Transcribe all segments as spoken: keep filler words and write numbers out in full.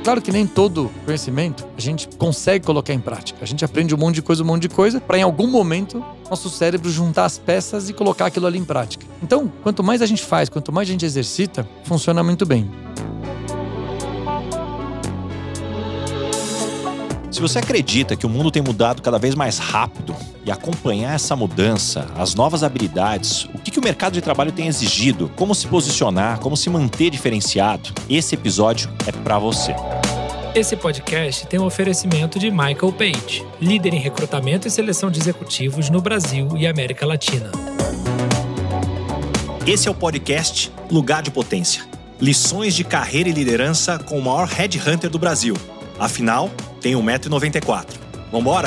Claro que nem todo conhecimento a gente consegue colocar em prática. A gente aprende um monte de coisa, um monte de coisa, para em algum momento nosso cérebro juntar as peças e colocar aquilo ali em prática. Então, quanto mais a gente faz, quanto mais a gente exercita, funciona muito bem. Se você acredita que o mundo tem mudado cada vez mais rápido e acompanhar essa mudança, as novas habilidades, o que, que o mercado de trabalho tem exigido, como se posicionar, como se manter diferenciado, esse episódio é para você. Esse podcast tem um oferecimento de Michael Page, líder em recrutamento e seleção de executivos no Brasil e América Latina. Esse é o podcast Lugar de Potência. Lições de carreira e liderança com o maior headhunter do Brasil. Afinal, tem um metro e noventa e quatro. Vambora?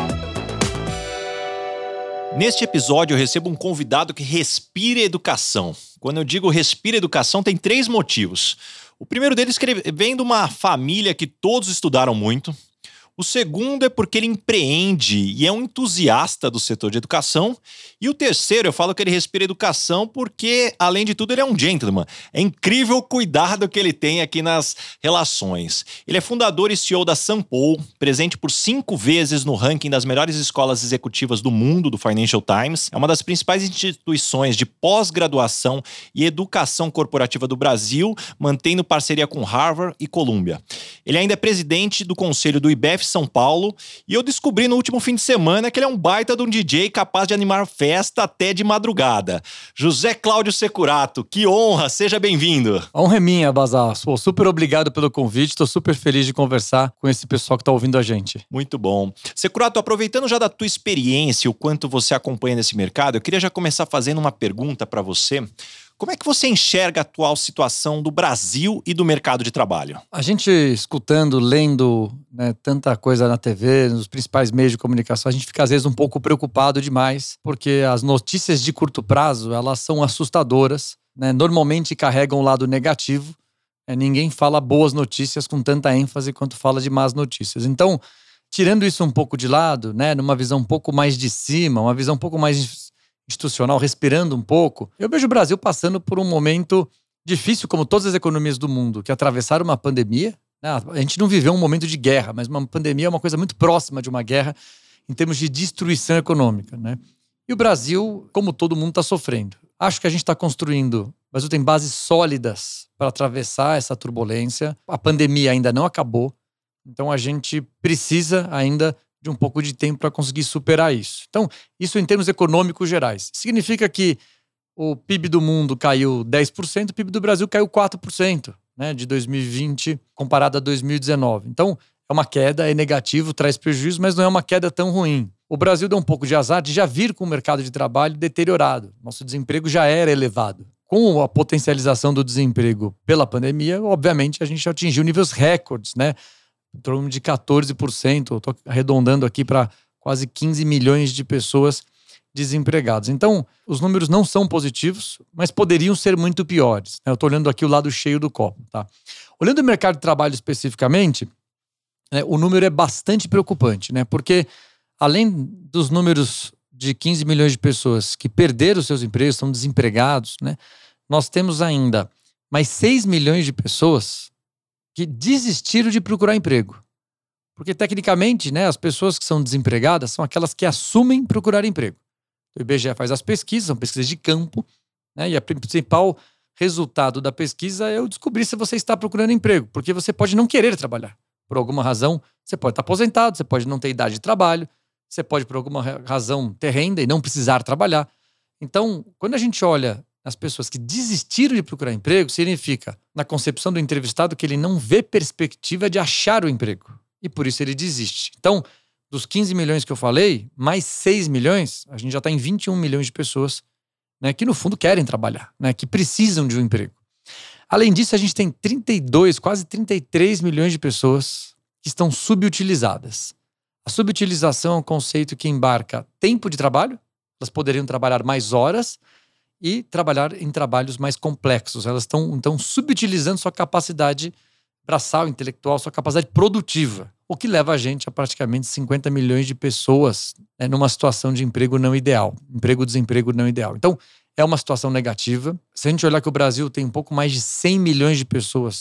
Neste episódio eu recebo um convidado que respira educação. Quando eu digo respira educação, tem três motivos. O primeiro deles é que ele vem de uma família que todos estudaram muito. O segundo é porque ele empreende e é um entusiasta do setor de educação. E o terceiro, eu falo que ele respira educação porque, além de tudo, ele é um gentleman. É incrível o cuidado que ele tem aqui nas relações. Ele é fundador e C E O da Sampo, presente por cinco vezes no ranking das melhores escolas executivas do mundo, do Financial Times. É uma das principais instituições de pós-graduação e educação corporativa do Brasil, mantendo parceria com Harvard e Columbia. Ele ainda é presidente do conselho do I B F São Paulo, e eu descobri no último fim de semana que ele é um baita de um D J capaz de animar festa até de madrugada. José Cláudio Securato, que honra, seja bem-vindo. A honra é minha, Bazar. Sou super obrigado pelo convite, estou super feliz de conversar com esse pessoal que está ouvindo a gente. Muito bom. Securato, aproveitando já da tua experiência, o quanto você acompanha nesse mercado, eu queria já começar fazendo uma pergunta para você. Como é que você enxerga a atual situação do Brasil e do mercado de trabalho? A gente escutando, lendo, né, tanta coisa na T V, nos principais meios de comunicação, a gente fica às vezes um pouco preocupado demais, porque as notícias de curto prazo, elas são assustadoras, né? Normalmente carregam o lado negativo. Né? Ninguém fala boas notícias com tanta ênfase quanto fala de más notícias. Então, tirando isso um pouco de lado, né, numa visão um pouco mais de cima, uma visão um pouco mais institucional, respirando um pouco, eu vejo o Brasil passando por um momento difícil, como todas as economias do mundo, que atravessaram uma pandemia. Né? A gente não viveu um momento de guerra, mas uma pandemia é uma coisa muito próxima de uma guerra em termos de destruição econômica. Né? E o Brasil, como todo mundo, está sofrendo. Acho que a gente está construindo, o Brasil tem bases sólidas para atravessar essa turbulência. A pandemia ainda não acabou, então a gente precisa ainda de um pouco de tempo para conseguir superar isso. Então, isso em termos econômicos gerais. Significa que o P I B do mundo caiu dez por cento, o P I B do Brasil caiu quatro por cento, né, de dois mil e vinte comparado a dois mil e dezenove. Então, é uma queda, é negativo, traz prejuízo, mas não é uma queda tão ruim. O Brasil deu um pouco de azar de já vir com o mercado de trabalho deteriorado. Nosso desemprego já era elevado. Com a potencialização do desemprego pela pandemia, obviamente, a gente atingiu níveis recordes, né? Em torno de quatorze por cento, estou arredondando aqui para quase quinze milhões de pessoas desempregadas. Então, os números não são positivos, mas poderiam ser muito piores. Eu estou olhando aqui o lado cheio do copo. Tá? Olhando o mercado de trabalho especificamente, né, o número é bastante preocupante, né? Porque além dos números de quinze milhões de pessoas que perderam seus empregos, estão desempregados, né, nós temos ainda mais seis milhões de pessoas que desistiram de procurar emprego. Porque, tecnicamente, né, as pessoas que são desempregadas são aquelas que assumem procurar emprego. O I B G E faz as pesquisas, são pesquisas de campo, né, e o principal resultado da pesquisa é eu descobrir se você está procurando emprego, porque você pode não querer trabalhar. Por alguma razão, você pode estar aposentado, você pode não ter idade de trabalho, você pode, por alguma razão, ter renda e não precisar trabalhar. Então, quando a gente olha as pessoas que desistiram de procurar emprego, significa, na concepção do entrevistado, que ele não vê perspectiva de achar o emprego. E por isso ele desiste. Então, dos quinze milhões que eu falei, mais seis milhões, a gente já está em vinte e um milhões de pessoas, né, que no fundo querem trabalhar, né, que precisam de um emprego. Além disso, a gente tem trinta e dois, quase trinta e três milhões de pessoas que estão subutilizadas. A subutilização é um conceito que embarca tempo de trabalho, elas poderiam trabalhar mais horas, e trabalhar em trabalhos mais complexos. Elas estão, então, subutilizando sua capacidade braçal, intelectual, sua capacidade produtiva, o que leva a gente a praticamente cinquenta milhões de pessoas, né, numa situação de emprego não ideal, emprego-desemprego não ideal. Então, é uma situação negativa. Se a gente olhar que o Brasil tem um pouco mais de cem milhões de pessoas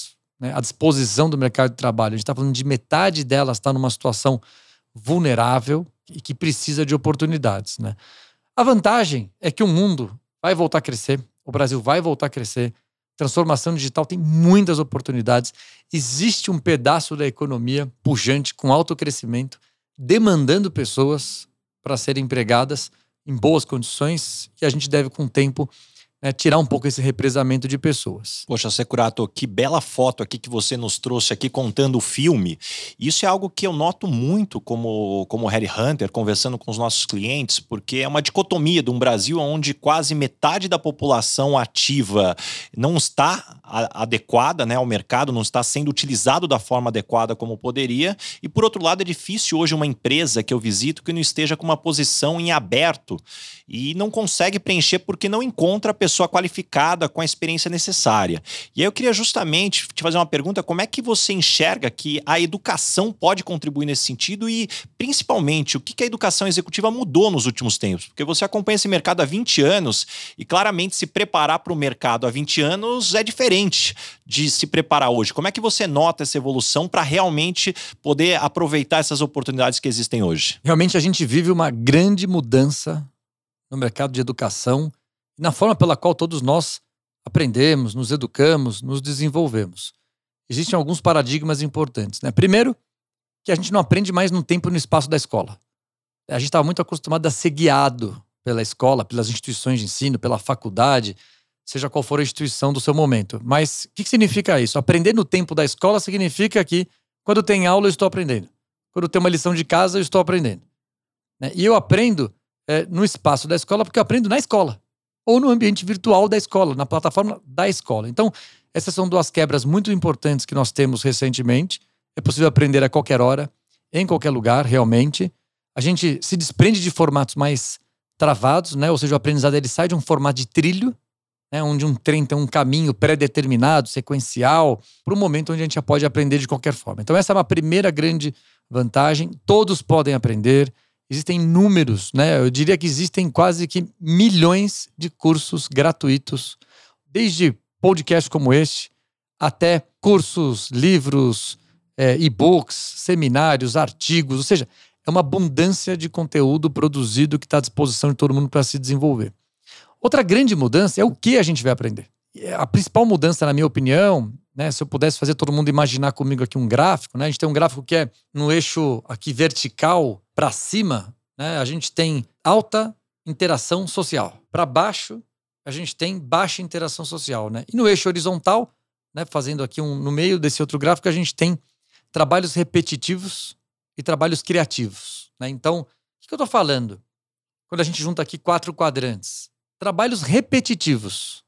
né, à disposição do mercado de trabalho. A gente está falando de metade delas está numa situação vulnerável e que precisa de oportunidades, né? A vantagem é que o mundo vai voltar a crescer, o Brasil vai voltar a crescer, transformação digital tem muitas oportunidades, existe um pedaço da economia pujante, com alto crescimento, demandando pessoas para serem empregadas em boas condições, e a gente deve, com o tempo, né, tirar um pouco esse represamento de pessoas. Poxa, Securato, que bela foto aqui que você nos trouxe aqui contando o filme. Isso é algo que eu noto muito como, como Harry Hunter, conversando com os nossos clientes, porque é uma dicotomia de um Brasil onde quase metade da população ativa não está a, adequada, né, ao mercado, não está sendo utilizado da forma adequada como poderia, e por outro lado é difícil hoje uma empresa que eu visito que não esteja com uma posição em aberto e não consegue preencher porque não encontra a pessoa pessoa qualificada com a experiência necessária. E aí eu queria justamente te fazer uma pergunta: como é que você enxerga que a educação pode contribuir nesse sentido e, principalmente, o que a educação executiva mudou nos últimos tempos? Porque você acompanha esse mercado há vinte anos e claramente se preparar para o mercado há vinte anos é diferente de se preparar hoje. Como é que você nota essa evolução para realmente poder aproveitar essas oportunidades que existem hoje? Realmente a gente vive uma grande mudança no mercado de educação, na forma pela qual todos nós aprendemos, nos educamos, nos desenvolvemos. Existem alguns paradigmas importantes, né? Primeiro, que a gente não aprende mais no tempo e no espaço da escola. A gente estava muito acostumado a ser guiado pela escola, pelas instituições de ensino, pela faculdade, seja qual for a instituição do seu momento. Mas o que significa isso? Aprender no tempo da escola significa que quando tem aula eu estou aprendendo. Quando tem uma lição de casa eu estou aprendendo. E eu aprendo é, no espaço da escola porque eu aprendo na escola. Ou no ambiente virtual da escola, na plataforma da escola. Então, essas são duas quebras muito importantes que nós temos recentemente. É possível aprender a qualquer hora, em qualquer lugar, realmente. A gente se desprende de formatos mais travados, né? Ou seja, o aprendizado ele sai de um formato de trilho, né? Onde um trem tem um caminho pré-determinado, sequencial, para um momento onde a gente já pode aprender de qualquer forma. Então, essa é uma primeira grande vantagem. Todos podem aprender. Existem números, né? Eu diria que existem quase que milhões de cursos gratuitos, desde podcasts como este, até cursos, livros, é, e-books, seminários, artigos, ou seja, é uma abundância de conteúdo produzido que está à disposição de todo mundo para se desenvolver. Outra grande mudança é o que a gente vai aprender. A principal mudança, na minha opinião, né, se eu pudesse fazer todo mundo imaginar comigo aqui um gráfico, né, a gente tem um gráfico que é no eixo aqui vertical para cima, né, a gente tem alta interação social. Para baixo, a gente tem baixa interação social, né? E no eixo horizontal, né, fazendo aqui um, no meio desse outro gráfico, a gente tem trabalhos repetitivos e trabalhos criativos, né? Então, o que eu estou falando? Quando a gente junta aqui quatro quadrantes, trabalhos repetitivos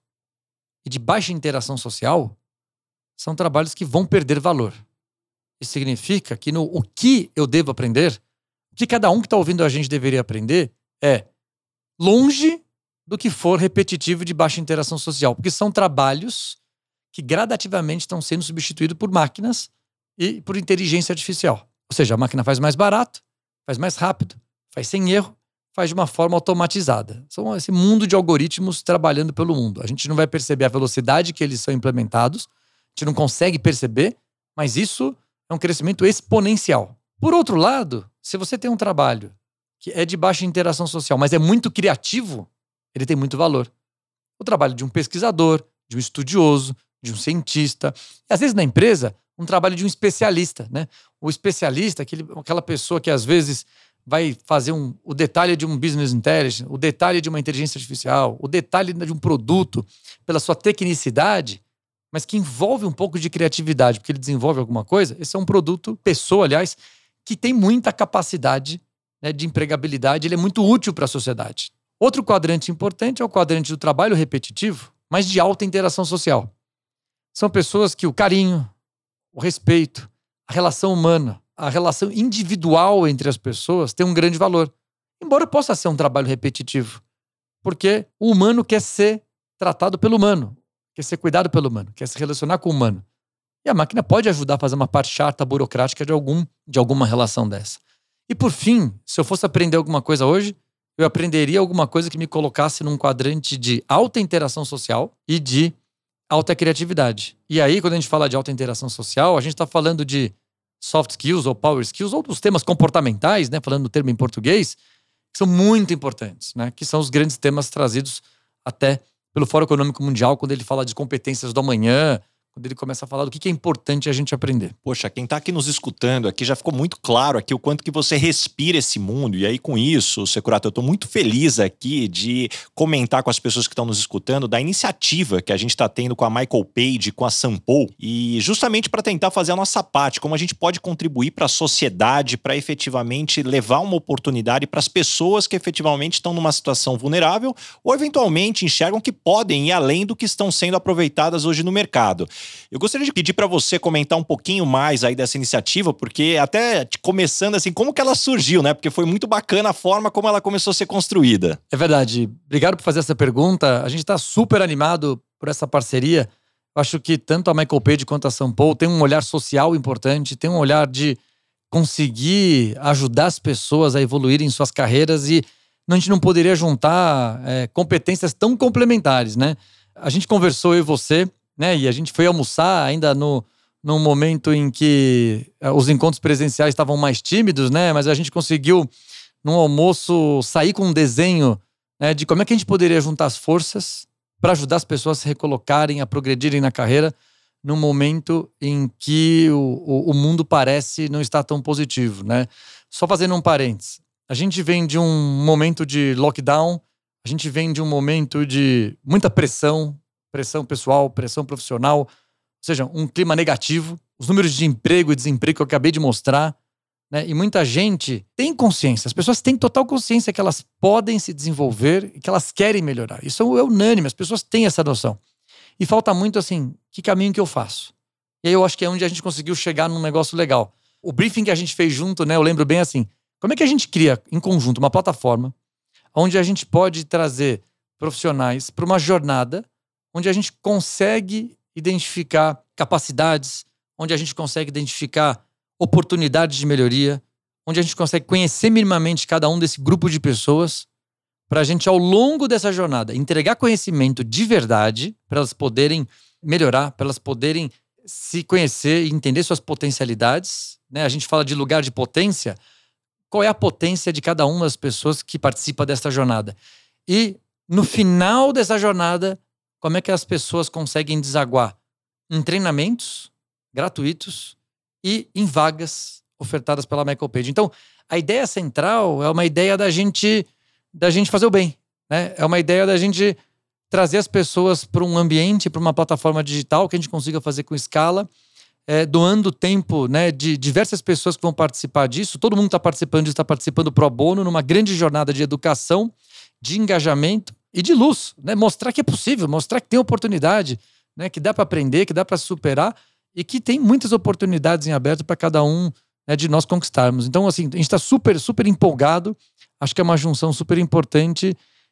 e de baixa interação social são trabalhos que vão perder valor. Isso significa que no o que eu devo aprender, o que cada um que está ouvindo a gente deveria aprender é longe do que for repetitivo de baixa interação social, porque são trabalhos que gradativamente estão sendo substituídos por máquinas e por inteligência artificial. Ou seja, a máquina faz mais barato, faz mais rápido, faz sem erro, faz de uma forma automatizada. São esse mundo de algoritmos trabalhando pelo mundo. A gente não vai perceber a velocidade que eles são implementados, a gente não consegue perceber, mas isso é um crescimento exponencial. Por outro lado, se você tem um trabalho que é de baixa interação social, mas é muito criativo, ele tem muito valor. O trabalho de um pesquisador, de um estudioso, de um cientista, e às vezes na empresa, um trabalho de um especialista, né? O especialista, aquele, aquela pessoa que às vezes vai fazer um, o detalhe de um business intelligence, o detalhe de uma inteligência artificial, o detalhe de um produto, pela sua tecnicidade, mas que envolve um pouco de criatividade, porque ele desenvolve alguma coisa. Esse é um produto, pessoa, aliás, que tem muita capacidade, né, de empregabilidade, ele é muito útil para a sociedade. Outro quadrante importante é o quadrante do trabalho repetitivo, mas de alta interação social. São pessoas que o carinho, o respeito, a relação humana, a relação individual entre as pessoas tem um grande valor. Embora possa ser um trabalho repetitivo, porque o humano quer ser tratado pelo humano, quer ser cuidado pelo humano, quer se relacionar com o humano. E a máquina pode ajudar a fazer uma parte chata, burocrática de, algum, de alguma relação dessa. E por fim, se eu fosse aprender alguma coisa hoje, eu aprenderia alguma coisa que me colocasse num quadrante de alta interação social e de alta criatividade. E aí, quando a gente fala de alta interação social, a gente está falando de soft skills ou power skills, ou dos temas comportamentais, né? Falando do termo em português, que são muito importantes, né? Que são os grandes temas trazidos até pelo Fórum Econômico Mundial, quando ele fala de competências do amanhã, quando ele começa a falar do que é importante a gente aprender. Poxa, quem tá aqui nos escutando aqui já ficou muito claro aqui o quanto que você respira esse mundo. E aí com isso, Securato, eu tô muito feliz aqui de comentar com as pessoas que estão nos escutando da iniciativa que a gente tá tendo com a Michael Page, com a Sampo, e justamente para tentar fazer a nossa parte, como a gente pode contribuir para a sociedade, para efetivamente levar uma oportunidade para as pessoas que efetivamente estão numa situação vulnerável ou eventualmente enxergam que podem ir além do que estão sendo aproveitadas hoje no mercado. Eu gostaria de pedir para você comentar um pouquinho mais aí dessa iniciativa, porque até começando assim, como que ela surgiu, né? Porque foi muito bacana a forma como ela começou a ser construída. É verdade. Obrigado por fazer essa pergunta. A gente está super animado por essa parceria. Eu acho que tanto a Michael Page quanto a Sampo tem um olhar social importante, tem um olhar de conseguir ajudar as pessoas a evoluírem suas carreiras e a gente não poderia juntar é, competências tão complementares, né? A gente conversou, eu e você, né? E a gente foi almoçar ainda no, no momento em que os encontros presenciais estavam mais tímidos, né? Mas a gente conseguiu, num almoço, sair com um desenho, né, de como é que a gente poderia juntar as forças para ajudar as pessoas a se recolocarem, a progredirem na carreira, num momento em que o, o, o mundo parece não estar tão positivo, né? Só fazendo um parênteses. A gente vem de um momento de lockdown, a gente vem de um momento de muita pressão, pressão pessoal, pressão profissional, ou seja, um clima negativo, os números de emprego e desemprego que eu acabei de mostrar, né? E muita gente tem consciência, as pessoas têm total consciência que elas podem se desenvolver e que elas querem melhorar. Isso é unânime, as pessoas têm essa noção. E falta muito assim, que caminho que eu faço? E aí eu acho que é onde a gente conseguiu chegar num negócio legal. O briefing que a gente fez junto, né, eu lembro bem assim, como é que a gente cria em conjunto uma plataforma onde a gente pode trazer profissionais para uma jornada onde a gente consegue identificar capacidades, onde a gente consegue identificar oportunidades de melhoria, onde a gente consegue conhecer minimamente cada um desse grupo de pessoas, para a gente, ao longo dessa jornada, entregar conhecimento de verdade, para elas poderem melhorar, para elas poderem se conhecer e entender suas potencialidades, né? A gente fala de lugar de potência. Qual é a potência de cada uma das pessoas que participa dessa jornada? E, no final dessa jornada, como é que as pessoas conseguem desaguar em treinamentos gratuitos e em vagas ofertadas pela Michael Page. Então, a ideia central é uma ideia da gente, da gente fazer o bem, né? É uma ideia da gente trazer as pessoas para um ambiente, para uma plataforma digital que a gente consiga fazer com escala, é, doando tempo, né, de diversas pessoas que vão participar disso. Todo mundo está participando disso, está participando pro bono, numa grande jornada de educação, de engajamento e de luz, né? Mostrar que é possível, mostrar que tem oportunidade, né? Que dá para aprender, que dá para superar e que tem muitas oportunidades em aberto para cada um, né, de nós conquistarmos. Então, assim, a gente está super, super empolgado. Acho que é uma junção super importante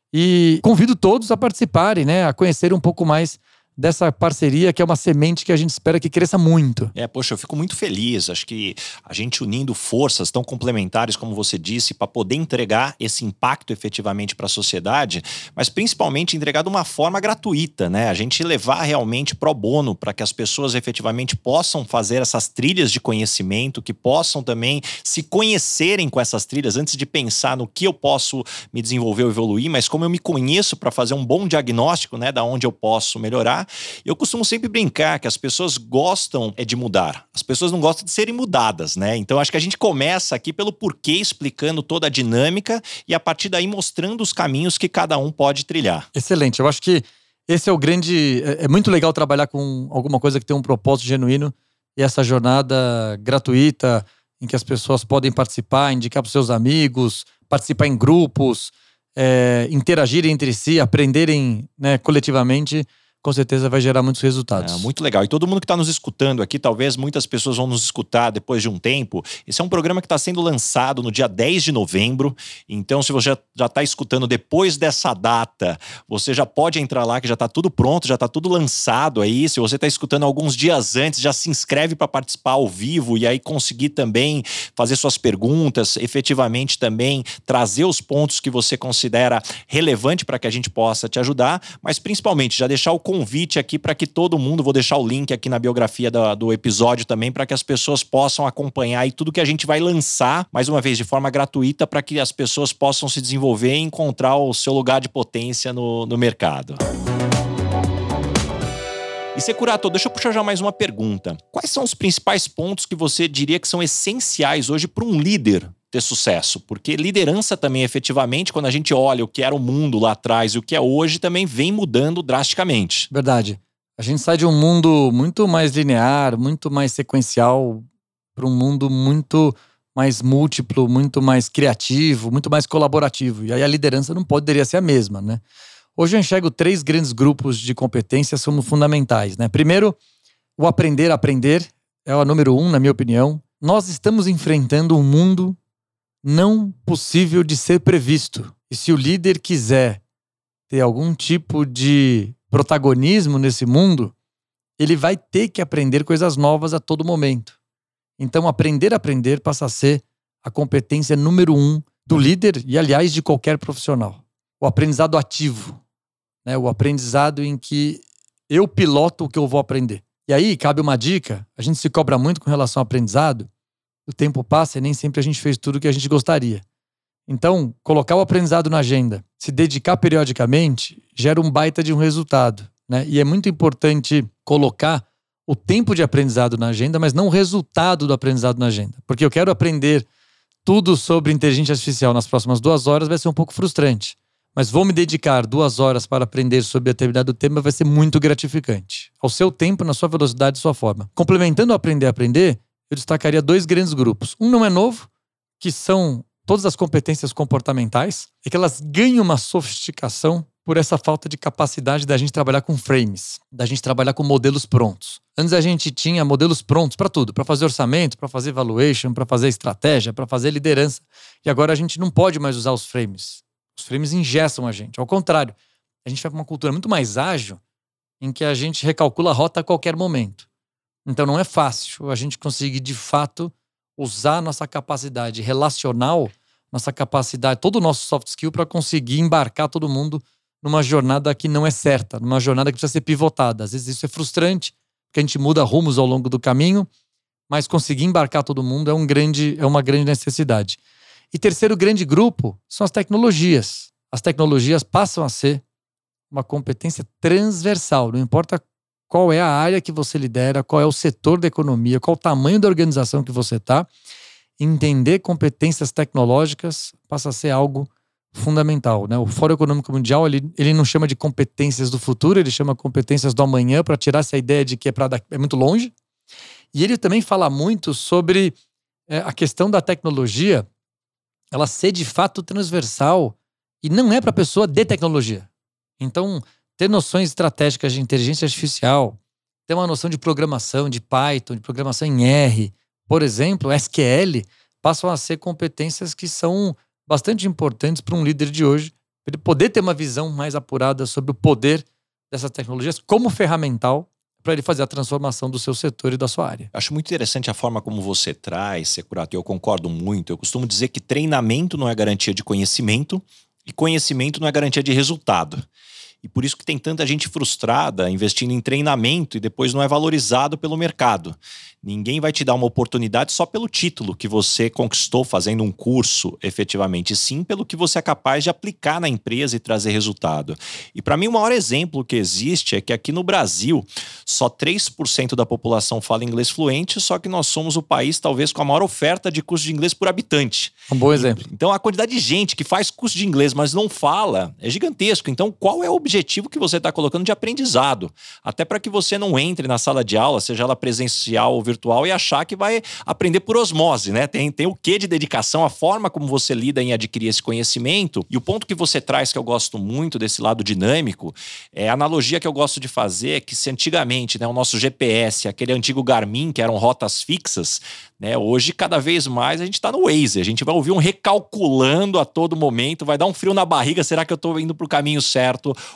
e convido todos a participarem, né? A conhecer um pouco mais dessa parceria, que é uma semente que a gente espera que cresça muito. É, poxa, eu fico muito feliz. Acho que a gente unindo forças tão complementares, como você disse, para poder entregar esse impacto efetivamente para a sociedade, mas principalmente entregar de uma forma gratuita, né? A gente levar realmente pro bono para que as pessoas efetivamente possam fazer essas trilhas de conhecimento, que possam também se conhecerem com essas trilhas antes de pensar no que eu posso me desenvolver ou evoluir, mas como eu me conheço para fazer um bom diagnóstico, né, da onde eu posso melhorar. Eu costumo sempre brincar que as pessoas gostam é de mudar. As pessoas não gostam de serem mudadas, né? Então acho que a gente começa aqui pelo porquê, explicando toda a dinâmica e a partir daí mostrando os caminhos que cada um pode trilhar. Excelente. Eu acho que esse é o grande... É muito legal trabalhar com alguma coisa que tem um propósito genuíno e essa jornada gratuita em que as pessoas podem participar, indicar para os seus amigos, participar em grupos, é, interagirem entre si, aprenderem, né, coletivamente, com certeza vai gerar muitos resultados. É, muito legal. E todo mundo que está nos escutando aqui, talvez muitas pessoas vão nos escutar depois de um tempo. Esse é um programa que está sendo lançado no dia dez de novembro. Então, se você já está escutando depois dessa data, você já pode entrar lá, que já está tudo pronto, já está tudo lançado aí. Se você está escutando alguns dias antes, já se inscreve para participar ao vivo e aí conseguir também fazer suas perguntas, efetivamente também trazer os pontos que você considera relevante para que a gente possa te ajudar, mas principalmente já deixar o convite aqui para que todo mundo, vou deixar o link aqui na biografia do, do episódio também, para que as pessoas possam acompanhar aí tudo que a gente vai lançar, mais uma vez, de forma gratuita, para que as pessoas possam se desenvolver e encontrar o seu lugar de potência no, no mercado. E Securato, deixa eu puxar já mais uma pergunta. Quais são os principais pontos que você diria que são essenciais hoje para um líder ter sucesso? Porque liderança também, efetivamente, quando a gente olha o que era o mundo lá atrás e o que é hoje, também vem mudando drasticamente. Verdade. A gente sai de um mundo muito mais linear, muito mais sequencial, para um mundo muito mais múltiplo, muito mais criativo, muito mais colaborativo. E aí a liderança não poderia ser a mesma, né? Hoje eu enxergo três grandes grupos de competências como fundamentais, né? Primeiro, o aprender a aprender é o número um, na minha opinião. Nós estamos enfrentando um mundo não possível de ser previsto. E se o líder quiser ter algum tipo de protagonismo nesse mundo, ele vai ter que aprender coisas novas a todo momento. Então, aprender a aprender passa a ser a competência número um do líder e, aliás, de qualquer profissional. O aprendizado ativo, né? O aprendizado em que eu piloto o que eu vou aprender. E aí, cabe uma dica, a gente se cobra muito com relação ao aprendizado, o tempo passa e nem sempre a gente fez tudo o que a gente gostaria. Então, colocar o aprendizado na agenda, se dedicar periodicamente, gera um baita de um resultado, né? E é muito importante colocar o tempo de aprendizado na agenda, mas não o resultado do aprendizado na agenda. Porque eu quero aprender tudo sobre inteligência artificial nas próximas duas horas, vai ser um pouco frustrante. Mas vou me dedicar duas horas para aprender sobre determinado tema, vai ser muito gratificante. Ao seu tempo, na sua velocidade e sua forma. Complementando o aprender a aprender, eu destacaria dois grandes grupos. Um não é novo, que são todas as competências comportamentais, é que elas ganham uma sofisticação por essa falta de capacidade da gente trabalhar com frames, da gente trabalhar com modelos prontos. Antes a gente tinha modelos prontos para tudo, para fazer orçamento, para fazer valuation, para fazer estratégia, para fazer liderança. E agora a gente não pode mais usar os frames. Os frames engessam a gente. Ao contrário, a gente vai para uma cultura muito mais ágil, em que a gente recalcula a rota a qualquer momento. Então não é fácil a gente conseguir, de fato, usar a nossa capacidade relacional, nossa capacidade, todo o nosso soft skill para conseguir embarcar todo mundo numa jornada que não é certa, numa jornada que precisa ser pivotada. Às vezes isso é frustrante, porque a gente muda rumos ao longo do caminho, mas conseguir embarcar todo mundo é, um grande, é uma grande necessidade. E terceiro grande grupo são as tecnologias. As tecnologias passam a ser uma competência transversal, não importa qual é a área que você lidera, qual é o setor da economia, qual o tamanho da organização que você está. Entender competências tecnológicas passa a ser algo fundamental, né? O Fórum Econômico Mundial, ele, ele não chama de competências do futuro, ele chama competências do amanhã, para tirar essa ideia de que é, pra, é muito longe. E ele também fala muito sobre é, a questão da tecnologia, ela ser de fato transversal e não é para a pessoa de tecnologia. Então, ter noções estratégicas de inteligência artificial, ter uma noção de programação, de Python, de programação em R, por exemplo, S Q L, passam a ser competências que são bastante importantes para um líder de hoje, para ele poder ter uma visão mais apurada sobre o poder dessas tecnologias como ferramental para ele fazer a transformação do seu setor e da sua área. Acho muito interessante a forma como você traz, Securato, e eu concordo muito. Eu costumo dizer que treinamento não é garantia de conhecimento e conhecimento não é garantia de resultado. E por isso que tem tanta gente frustrada investindo em treinamento e depois não é valorizado pelo mercado. Ninguém vai te dar uma oportunidade só pelo título que você conquistou fazendo um curso efetivamente, sim pelo que você é capaz de aplicar na empresa e trazer resultado. E para mim o maior exemplo que existe é que aqui no Brasil só três por cento da população fala inglês fluente, só que nós somos o país talvez com a maior oferta de curso de inglês por habitante. Um bom exemplo. Então a quantidade de gente que faz curso de inglês, mas não fala, é gigantesco. Então qual é o objetivo que você está colocando de aprendizado? Até para que você não entre na sala de aula, seja ela presencial ou virtual, e achar que vai aprender por osmose, né? Tem, tem o quê de dedicação, a forma como você lida em adquirir esse conhecimento. E o ponto que você traz, que eu gosto muito desse lado dinâmico, é a analogia que eu gosto de fazer, é que se antigamente, né, o nosso G P S, aquele antigo Garmin, que eram rotas fixas, né, hoje cada vez mais a gente está no Waze, a gente vai ouvir um recalculando a todo momento, vai dar um frio na barriga, será que eu estou indo para o caminho certo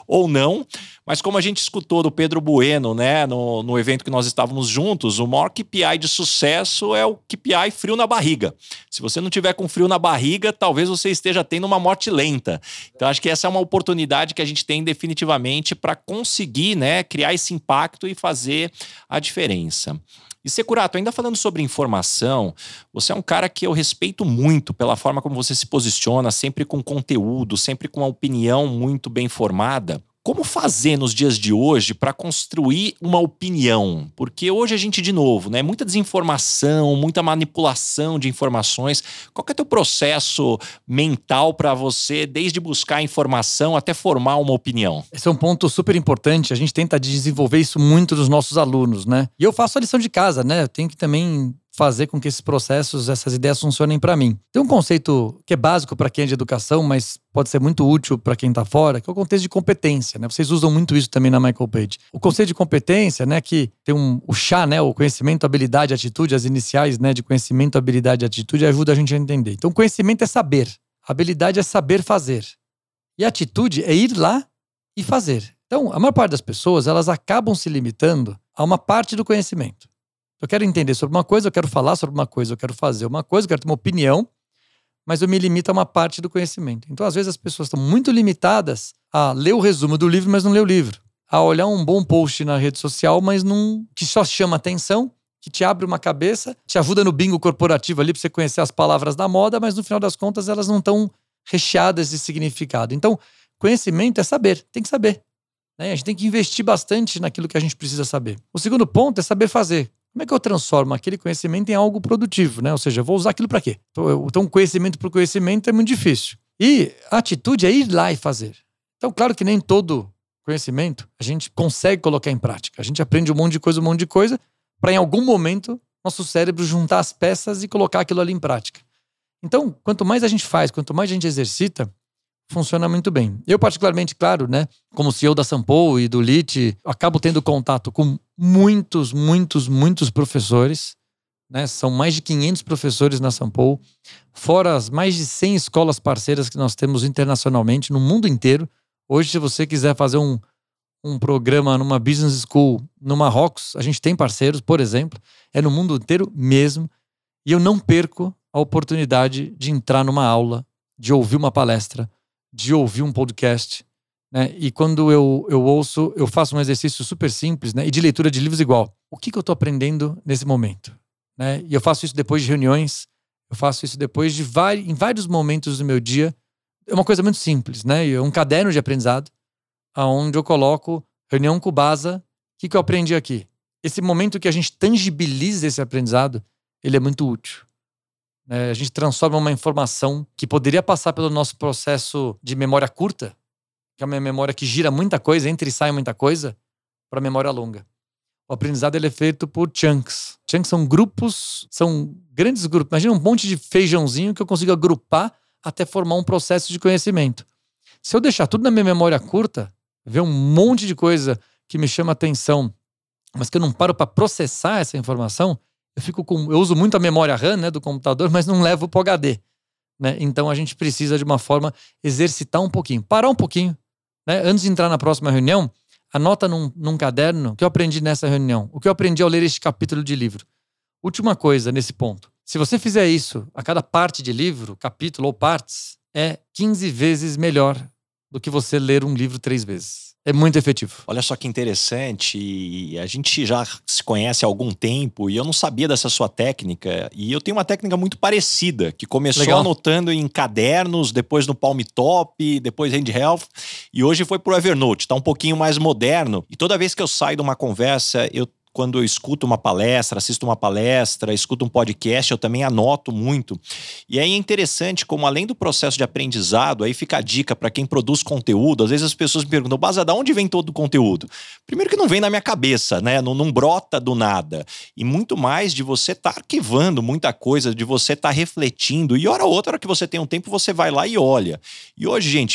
ou não. Mas como a gente escutou do Pedro Bueno, né, no, no evento que nós estávamos juntos, o maior K P I de sucesso é o K P I frio na barriga. Se você não tiver com frio na barriga, talvez você esteja tendo uma morte lenta. Então acho que essa é uma oportunidade que a gente tem definitivamente para conseguir, né, criar esse impacto e fazer a diferença. E Securato, ainda falando sobre informação, você é um cara que eu respeito muito pela forma como você se posiciona, sempre com conteúdo, sempre com uma opinião muito bem formada. Como fazer nos dias de hoje para construir uma opinião? Porque hoje a gente, de novo, né, muita desinformação, muita manipulação de informações. Qual que é o teu processo mental para você, desde buscar informação até formar uma opinião? Esse é um ponto super importante. A gente tenta desenvolver isso muito nos nossos alunos, né? E eu faço a lição de casa, né? Eu tenho que também fazer com que esses processos, essas ideias funcionem para mim. Tem um conceito que é básico para quem é de educação, mas pode ser muito útil para quem está fora, que é o contexto de competência, né? Vocês usam muito isso também na Michael Page. O conceito de competência, né, que tem um, o C H A, né, o conhecimento, habilidade, atitude, as iniciais, né, de conhecimento, habilidade e atitude ajuda a gente a entender. Então, conhecimento é saber, habilidade é saber fazer e atitude é ir lá e fazer. Então, a maior parte das pessoas, elas acabam se limitando a uma parte do conhecimento. Eu quero entender sobre uma coisa, eu quero falar sobre uma coisa, eu quero fazer uma coisa, eu quero ter uma opinião, mas eu me limito a uma parte do conhecimento. Então, às vezes, as pessoas estão muito limitadas a ler o resumo do livro, mas não ler o livro. A olhar um bom post na rede social, mas não, que só chama atenção, que te abre uma cabeça, te ajuda no bingo corporativo ali para você conhecer as palavras da moda, mas no final das contas elas não estão recheadas de significado. Então, conhecimento é saber, tem que saber. Né? A gente tem que investir bastante naquilo que a gente precisa saber. O segundo ponto é saber fazer. Como é que eu transformo aquele conhecimento em algo produtivo, né? Ou seja, eu vou usar aquilo para quê? Então, conhecimento por conhecimento é muito difícil. E a atitude é ir lá e fazer. Então, claro que nem todo conhecimento a gente consegue colocar em prática. A gente aprende um monte de coisa, um monte de coisa, para em algum momento nosso cérebro juntar as peças e colocar aquilo ali em prática. Então, quanto mais a gente faz, quanto mais a gente exercita, funciona muito bem. Eu, particularmente, claro, né, como C E O da Sampo e do L I T, acabo tendo contato com muitos, muitos, muitos professores, né? São mais de quinhentos professores na Sampo, fora as mais de cem escolas parceiras que nós temos internacionalmente, no mundo inteiro. Hoje, se você quiser fazer um, um programa numa business school no Marrocos, a gente tem parceiros, por exemplo, é no mundo inteiro mesmo, e eu não perco a oportunidade de entrar numa aula, de ouvir uma palestra, de ouvir um podcast, né? E quando eu, eu ouço, eu faço um exercício super simples, né? E de leitura de livros igual. O que, que eu estou aprendendo nesse momento? Né? E eu faço isso depois de reuniões, eu faço isso depois de vários, em vários momentos do meu dia. É uma coisa muito simples, né? É um caderno de aprendizado, onde eu coloco reunião com o Baza, o que, que eu aprendi aqui? Esse momento que a gente tangibiliza esse aprendizado, ele é muito útil. É, a gente transforma uma informação que poderia passar pelo nosso processo de memória curta, que é uma memória que gira muita coisa, entra e sai muita coisa, para memória longa. O aprendizado ele é feito por chunks. Chunks são grupos, são grandes grupos. Imagina um monte de feijãozinho que eu consigo agrupar até formar um processo de conhecimento. Se eu deixar tudo na minha memória curta, ver um monte de coisa que me chama atenção, mas que eu não paro para processar essa informação, Eu, fico com, eu uso muito a memória RAM, né, do computador, mas não levo para o H D. Né? Então a gente precisa de uma forma exercitar um pouquinho, parar um pouquinho. Né? Antes de entrar na próxima reunião, anota num, num caderno o que eu aprendi nessa reunião, o que eu aprendi ao ler este capítulo de livro. Última coisa nesse ponto. Se você fizer isso a cada parte de livro, capítulo ou partes, é quinze vezes melhor do que você ler um livro três vezes. É muito efetivo. Olha só que interessante, e a gente já se conhece há algum tempo e eu não sabia dessa sua técnica, e eu tenho uma técnica muito parecida, que começou Legal. anotando em cadernos, depois no Palm Top, depois Handhealth, e hoje foi pro Evernote, tá um pouquinho mais moderno, e toda vez que eu saio de uma conversa, eu quando eu escuto uma palestra, assisto uma palestra, escuto um podcast, eu também anoto muito. E aí é interessante como, além do processo de aprendizado, aí fica a dica para quem produz conteúdo. Às vezes as pessoas me perguntam, Baza, de onde vem todo o conteúdo? Primeiro que não vem na minha cabeça, né? Não, não brota do nada. E muito mais de você estar tá arquivando muita coisa, de você estar tá refletindo. E hora ou outra, hora que você tem um tempo, você vai lá e olha. E hoje, gente,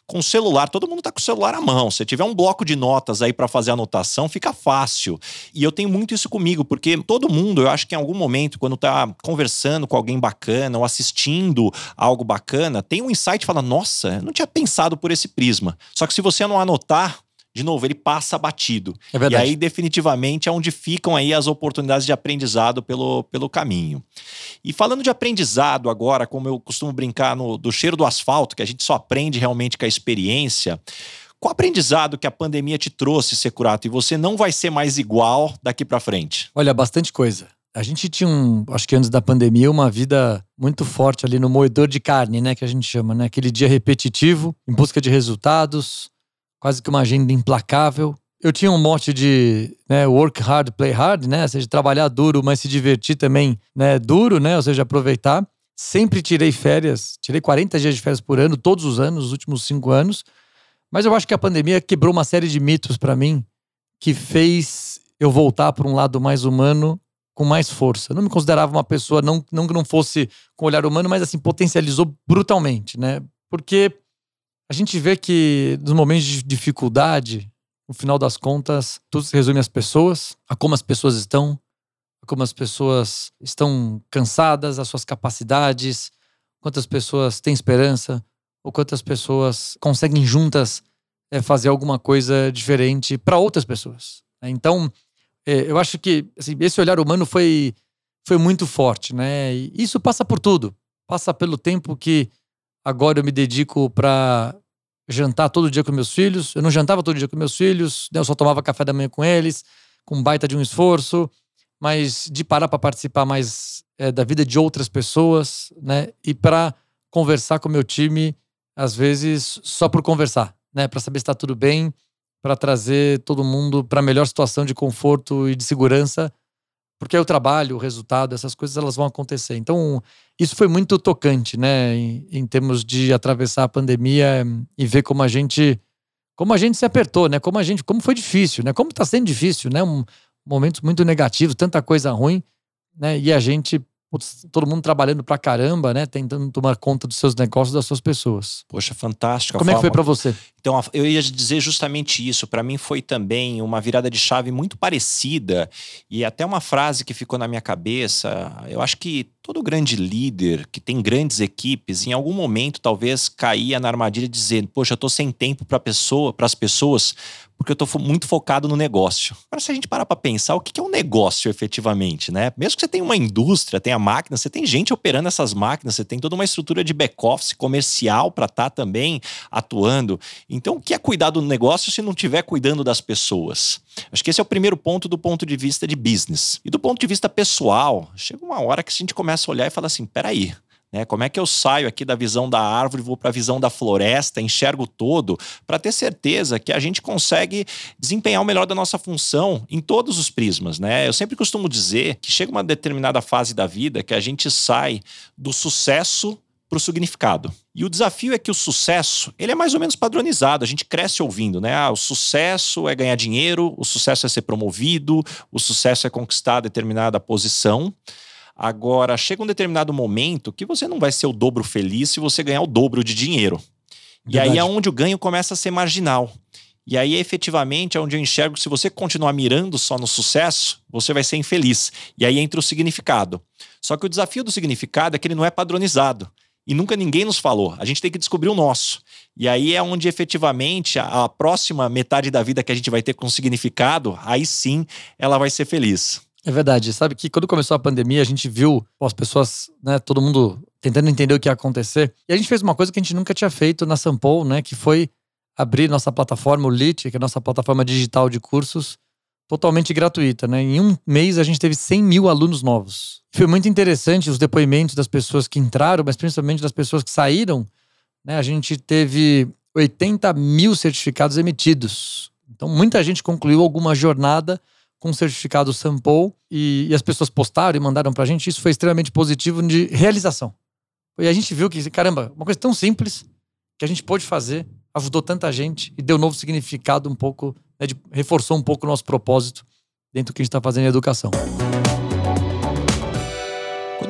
com o celular, todo mundo tá com o celular à mão. Se tiver um bloco de notas aí para fazer anotação, fica fácil. E eu tenho muito isso comigo, porque todo mundo, eu acho que em algum momento, quando tá conversando com alguém bacana ou assistindo algo bacana, tem um insight e fala, nossa, eu não tinha pensado por esse prisma. Só que se você não anotar, de novo, ele passa batido. É verdade. E aí, definitivamente, é onde ficam aí as oportunidades de aprendizado pelo, pelo caminho. E falando de aprendizado agora, como eu costumo brincar no, do cheiro do asfalto, que a gente só aprende realmente com a experiência, qual aprendizado que a pandemia te trouxe, Securato, e você não vai ser mais igual daqui para frente? Olha, bastante coisa. A gente tinha, um, acho que antes da pandemia, uma vida muito forte ali no moedor de carne, né, que a gente chama, né? Aquele dia repetitivo, em busca de resultados, quase que uma agenda implacável. Eu tinha um mote de, né, work hard, play hard, né? Ou seja, trabalhar duro, mas se divertir também, né, duro, né? Ou seja, aproveitar. Sempre tirei férias, tirei quarenta dias de férias por ano, todos os anos, os últimos cinco anos. Mas eu acho que a pandemia quebrou uma série de mitos para mim que fez eu voltar para um lado mais humano com mais força. Eu não me considerava uma pessoa, não, não que não fosse com olhar humano, mas assim, potencializou brutalmente, né? Porque a gente vê que nos momentos de dificuldade, no final das contas, tudo se resume às pessoas, a como as pessoas estão, a como as pessoas estão cansadas, as suas capacidades, quantas pessoas têm esperança, ou quantas pessoas conseguem juntas é, fazer alguma coisa diferente para outras pessoas. Então, é, eu acho que assim, esse olhar humano foi, foi muito forte, né? E isso passa por tudo. Passa pelo tempo que agora eu me dedico para jantar todo dia com meus filhos. Eu não jantava todo dia com meus filhos, né? Eu só tomava café da manhã com eles, com um baita de um esforço, mas de parar para participar mais é, da vida de outras pessoas, né? E para conversar com o meu time, às vezes só por conversar, né? Para saber se está tudo bem, para trazer todo mundo para a melhor situação de conforto e de segurança, porque aí o trabalho, o resultado, essas coisas elas vão acontecer. Então, isso foi muito tocante, né? Em, em termos de atravessar a pandemia e ver como a gente, como a gente se apertou, né? Como a gente, como foi difícil, né? Como está sendo difícil, né? Um momento muito negativo, tanta coisa ruim, né? E a gente, putz, todo mundo trabalhando pra caramba, né? Tentando tomar conta dos seus negócios, das suas pessoas. Poxa, fantástico. Como é que foi pra você? Então, eu ia dizer justamente isso. Para mim foi também uma virada de chave muito parecida e até uma frase que ficou na minha cabeça. Eu acho que todo grande líder que tem grandes equipes, em algum momento talvez caía na armadilha de dizer, poxa, eu tô sem tempo para pessoa, para as pessoas, porque eu tô muito focado no negócio. Agora, se a gente parar para pensar, o que é um negócio efetivamente, né? Mesmo que você tenha uma indústria, tenha máquina, você tem gente operando essas máquinas, você tem toda uma estrutura de back-office comercial para estar também atuando. Então, o que é cuidar do negócio se não estiver cuidando das pessoas? Acho que esse é o primeiro ponto do ponto de vista de business. E do ponto de vista pessoal, chega uma hora que a gente começa a olhar e fala assim, peraí, né? Como é que eu saio aqui da visão da árvore, vou para a visão da floresta, enxergo todo, para ter certeza que a gente consegue desempenhar o melhor da nossa função em todos os prismas, né? Eu sempre costumo dizer que chega uma determinada fase da vida que a gente sai do sucesso para o significado. E o desafio é que o sucesso, ele é mais ou menos padronizado, a gente cresce ouvindo, né? Ah, o sucesso é ganhar dinheiro, o sucesso é ser promovido, o sucesso é conquistar determinada posição. Agora, chega um determinado momento que você não vai ser o dobro feliz se você ganhar o dobro de dinheiro. Verdade. E aí é onde o ganho começa a ser marginal. E aí, efetivamente, é onde eu enxergo que se você continuar mirando só no sucesso, você vai ser infeliz. E aí entra o significado. Só que o desafio do significado é que ele não é padronizado. E nunca ninguém nos falou. A gente tem que descobrir o nosso. E aí é onde, efetivamente, a, a próxima metade da vida que a gente vai ter com significado, aí sim, ela vai ser feliz. É verdade. Sabe que quando começou a pandemia, a gente viu pô, as pessoas, né, todo mundo tentando entender o que ia acontecer. E a gente fez uma coisa que a gente nunca tinha feito na Sampo, né, que foi abrir nossa plataforma, o Lit, que é a nossa plataforma digital de cursos, totalmente gratuita, né? Em um mês a gente teve cem mil alunos novos. Foi muito interessante os depoimentos das pessoas que entraram, mas principalmente das pessoas que saíram, né? A gente teve oitenta mil certificados emitidos. Então muita gente concluiu alguma jornada com o certificado Sampo e, e as pessoas postaram e mandaram pra gente. Isso foi extremamente positivo de realização. E a gente viu que, caramba, uma coisa tão simples que a gente pôde fazer, ajudou tanta gente e deu novo significado um pouco, né, de, reforçou um pouco o nosso propósito dentro do que a gente está fazendo em educação. Quando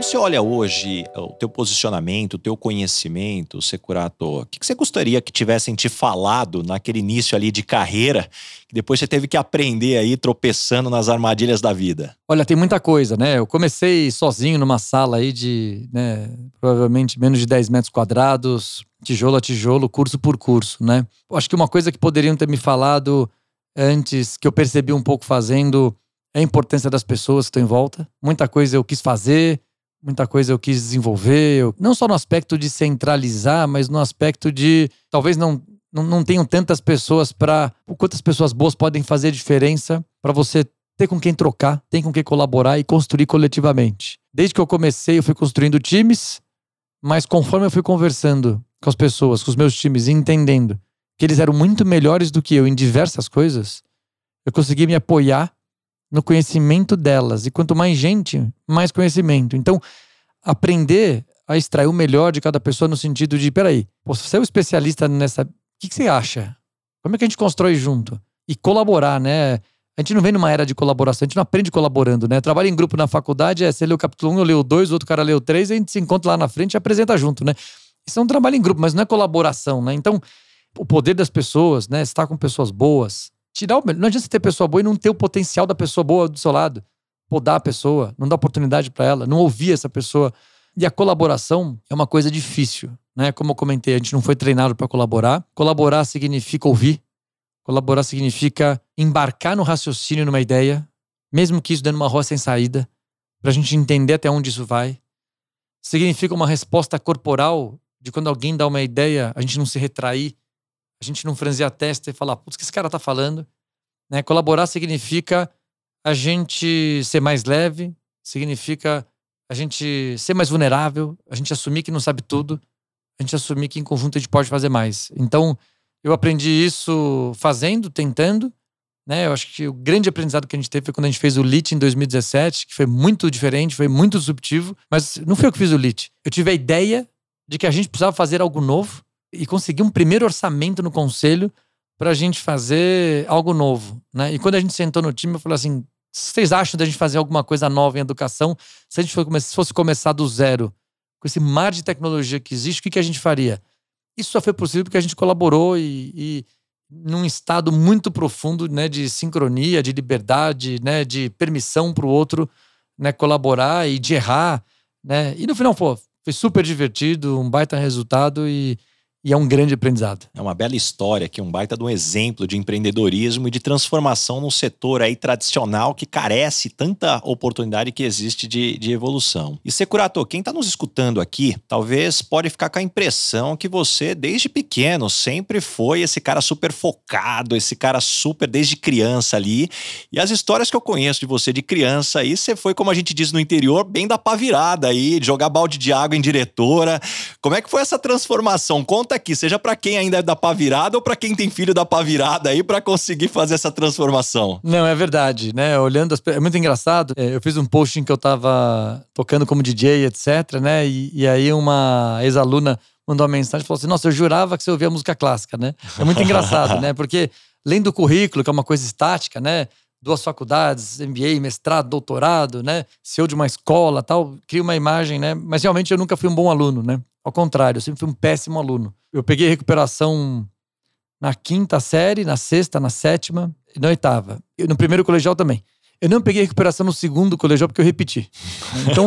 você olha hoje o teu posicionamento, o teu conhecimento, Securato, o que você gostaria que tivessem te falado naquele início ali de carreira, que depois você teve que aprender aí tropeçando nas armadilhas da vida? Olha, tem muita coisa, né? Eu comecei sozinho numa sala aí de, né, provavelmente menos de dez metros quadrados, tijolo a tijolo, curso por curso, né? Eu acho que uma coisa que poderiam ter me falado antes, que eu percebi um pouco fazendo, é a importância das pessoas que estão em volta. Muita coisa eu quis fazer, muita coisa eu quis desenvolver, eu, não só no aspecto de centralizar, mas no aspecto de talvez não, não, não tenham tantas pessoas para... Quantas pessoas boas podem fazer diferença para você ter com quem trocar, ter com quem colaborar e construir coletivamente. Desde que eu comecei, eu fui construindo times, mas conforme eu fui conversando com as pessoas, com os meus times, e entendendo que eles eram muito melhores do que eu em diversas coisas, eu consegui me apoiar no conhecimento delas. E quanto mais gente, mais conhecimento. Então, aprender a extrair o melhor de cada pessoa no sentido de, peraí, pô, se você é um especialista nessa... O que, que você acha? Como é que a gente constrói junto? E colaborar, né? A gente não vem numa era de colaboração, a gente não aprende colaborando, né? Trabalho em grupo na faculdade, é você lê o capítulo um, eu leio o dois, o outro cara lê o três, e a gente se encontra lá na frente e apresenta junto, né? Isso é um trabalho em grupo, mas não é colaboração, né? Então, o poder das pessoas, né? Estar com pessoas boas, tirar o melhor. Não adianta você ter pessoa boa e não ter o potencial da pessoa boa do seu lado. Podar a pessoa, não dar oportunidade pra ela, não ouvir essa pessoa. E a colaboração é uma coisa difícil, né? Como eu comentei, a gente não foi treinado pra colaborar. Colaborar significa ouvir. Colaborar significa embarcar no raciocínio numa ideia, mesmo que isso dê numa rua sem saída, pra gente entender até onde isso vai. Significa uma resposta corporal de quando alguém dá uma ideia, a gente não se retrair, a gente não franzir a testa e falar, putz, o que esse cara tá falando? Né? Colaborar significa a gente ser mais leve, significa a gente ser mais vulnerável, a gente assumir que não sabe tudo, a gente assumir que em conjunto a gente pode fazer mais. Então, eu aprendi isso fazendo, tentando, né? Eu acho que o grande aprendizado que a gente teve foi quando a gente fez o L I T em dois mil e dezessete, que foi muito diferente, foi muito disruptivo, mas não foi eu que fiz o L I T. Eu tive a ideia de que a gente precisava fazer algo novo e conseguir um primeiro orçamento no conselho pra gente fazer algo novo, né? E quando a gente sentou no time, eu falei assim, vocês acham da gente fazer alguma coisa nova em educação? Se a gente fosse começar do zero, com esse mar de tecnologia que existe, o que, que a gente faria? Isso só foi possível porque a gente colaborou e, e num estado muito profundo, né, de sincronia, de liberdade, né, de permissão para o outro, né, colaborar e de errar, né? E no final, pô, foi super divertido, um baita resultado e, e é um grande aprendizado. É uma bela história aqui, um baita de um exemplo de empreendedorismo e de transformação num setor aí tradicional que carece tanta oportunidade que existe de, de evolução. E Securato, quem está nos escutando aqui, talvez pode ficar com a impressão que você, desde pequeno, sempre foi esse cara super focado, esse cara super desde criança ali. E as histórias que eu conheço de você de criança aí, você foi, como a gente diz no interior, bem da pá virada aí, de jogar balde de água em diretora. Como é que foi essa transformação? Conta aqui, seja pra quem ainda é da pá virada ou pra quem tem filho da pá virada aí pra conseguir fazer essa transformação. Não, é verdade, né? Olhando, as... é muito engraçado. Eu fiz um post em que eu tava tocando como D J, etc, né? E, e aí uma ex-aluna mandou uma mensagem e falou assim, nossa, eu jurava que você ouvia música clássica, né? É muito engraçado, né? Porque além do currículo, que é uma coisa estática, né? Duas faculdades, M B A, mestrado, doutorado, né? C E O de uma escola, tal, cria uma imagem, né? Mas realmente eu nunca fui um bom aluno, né? Ao contrário, eu sempre fui um péssimo aluno. Eu peguei recuperação na quinta série, na sexta, na sétima e na oitava. E no primeiro colegial também. Eu não peguei recuperação no segundo colegial porque eu repeti. Então,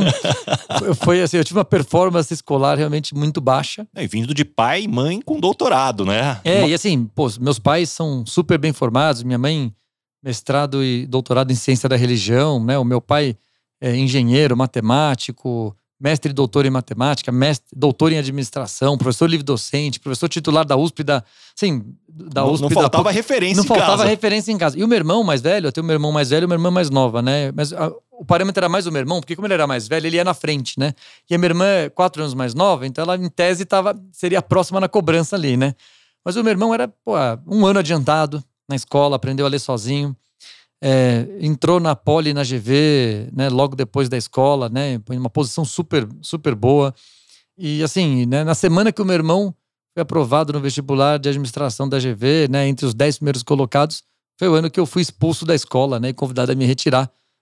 foi assim, eu tive uma performance escolar realmente muito baixa. E vindo de pai e mãe com doutorado, né? É, e assim, pô, meus pais são super bem formados. Minha mãe, mestrado e doutorado em ciência da religião, né? O meu pai é engenheiro, matemático, mestre e doutor em matemática, mestre, doutor em administração, professor livre-docente, professor titular da U S P, da, assim, da U S P. Não, não faltava da, referência não em casa. Não faltava referência em casa. E o meu irmão mais velho, eu tenho meu irmão mais velho e minha irmã mais nova, né? Mas a, o parâmetro era mais o meu irmão, porque como ele era mais velho, ele ia na frente, né? E a minha irmã é quatro anos mais nova, então ela, em tese, tava, seria a próxima na cobrança ali, né? Mas o meu irmão era, pô, um ano adiantado na escola, aprendeu a ler sozinho. É, entrou na Poli e na G V, né, logo depois da escola, né, em uma posição super, super boa. E assim, né, na semana que o meu irmão foi aprovado no vestibular de administração da G V, né, entre os dez primeiros colocados, foi o ano que eu fui expulso da escola, né, e convidado a me retirar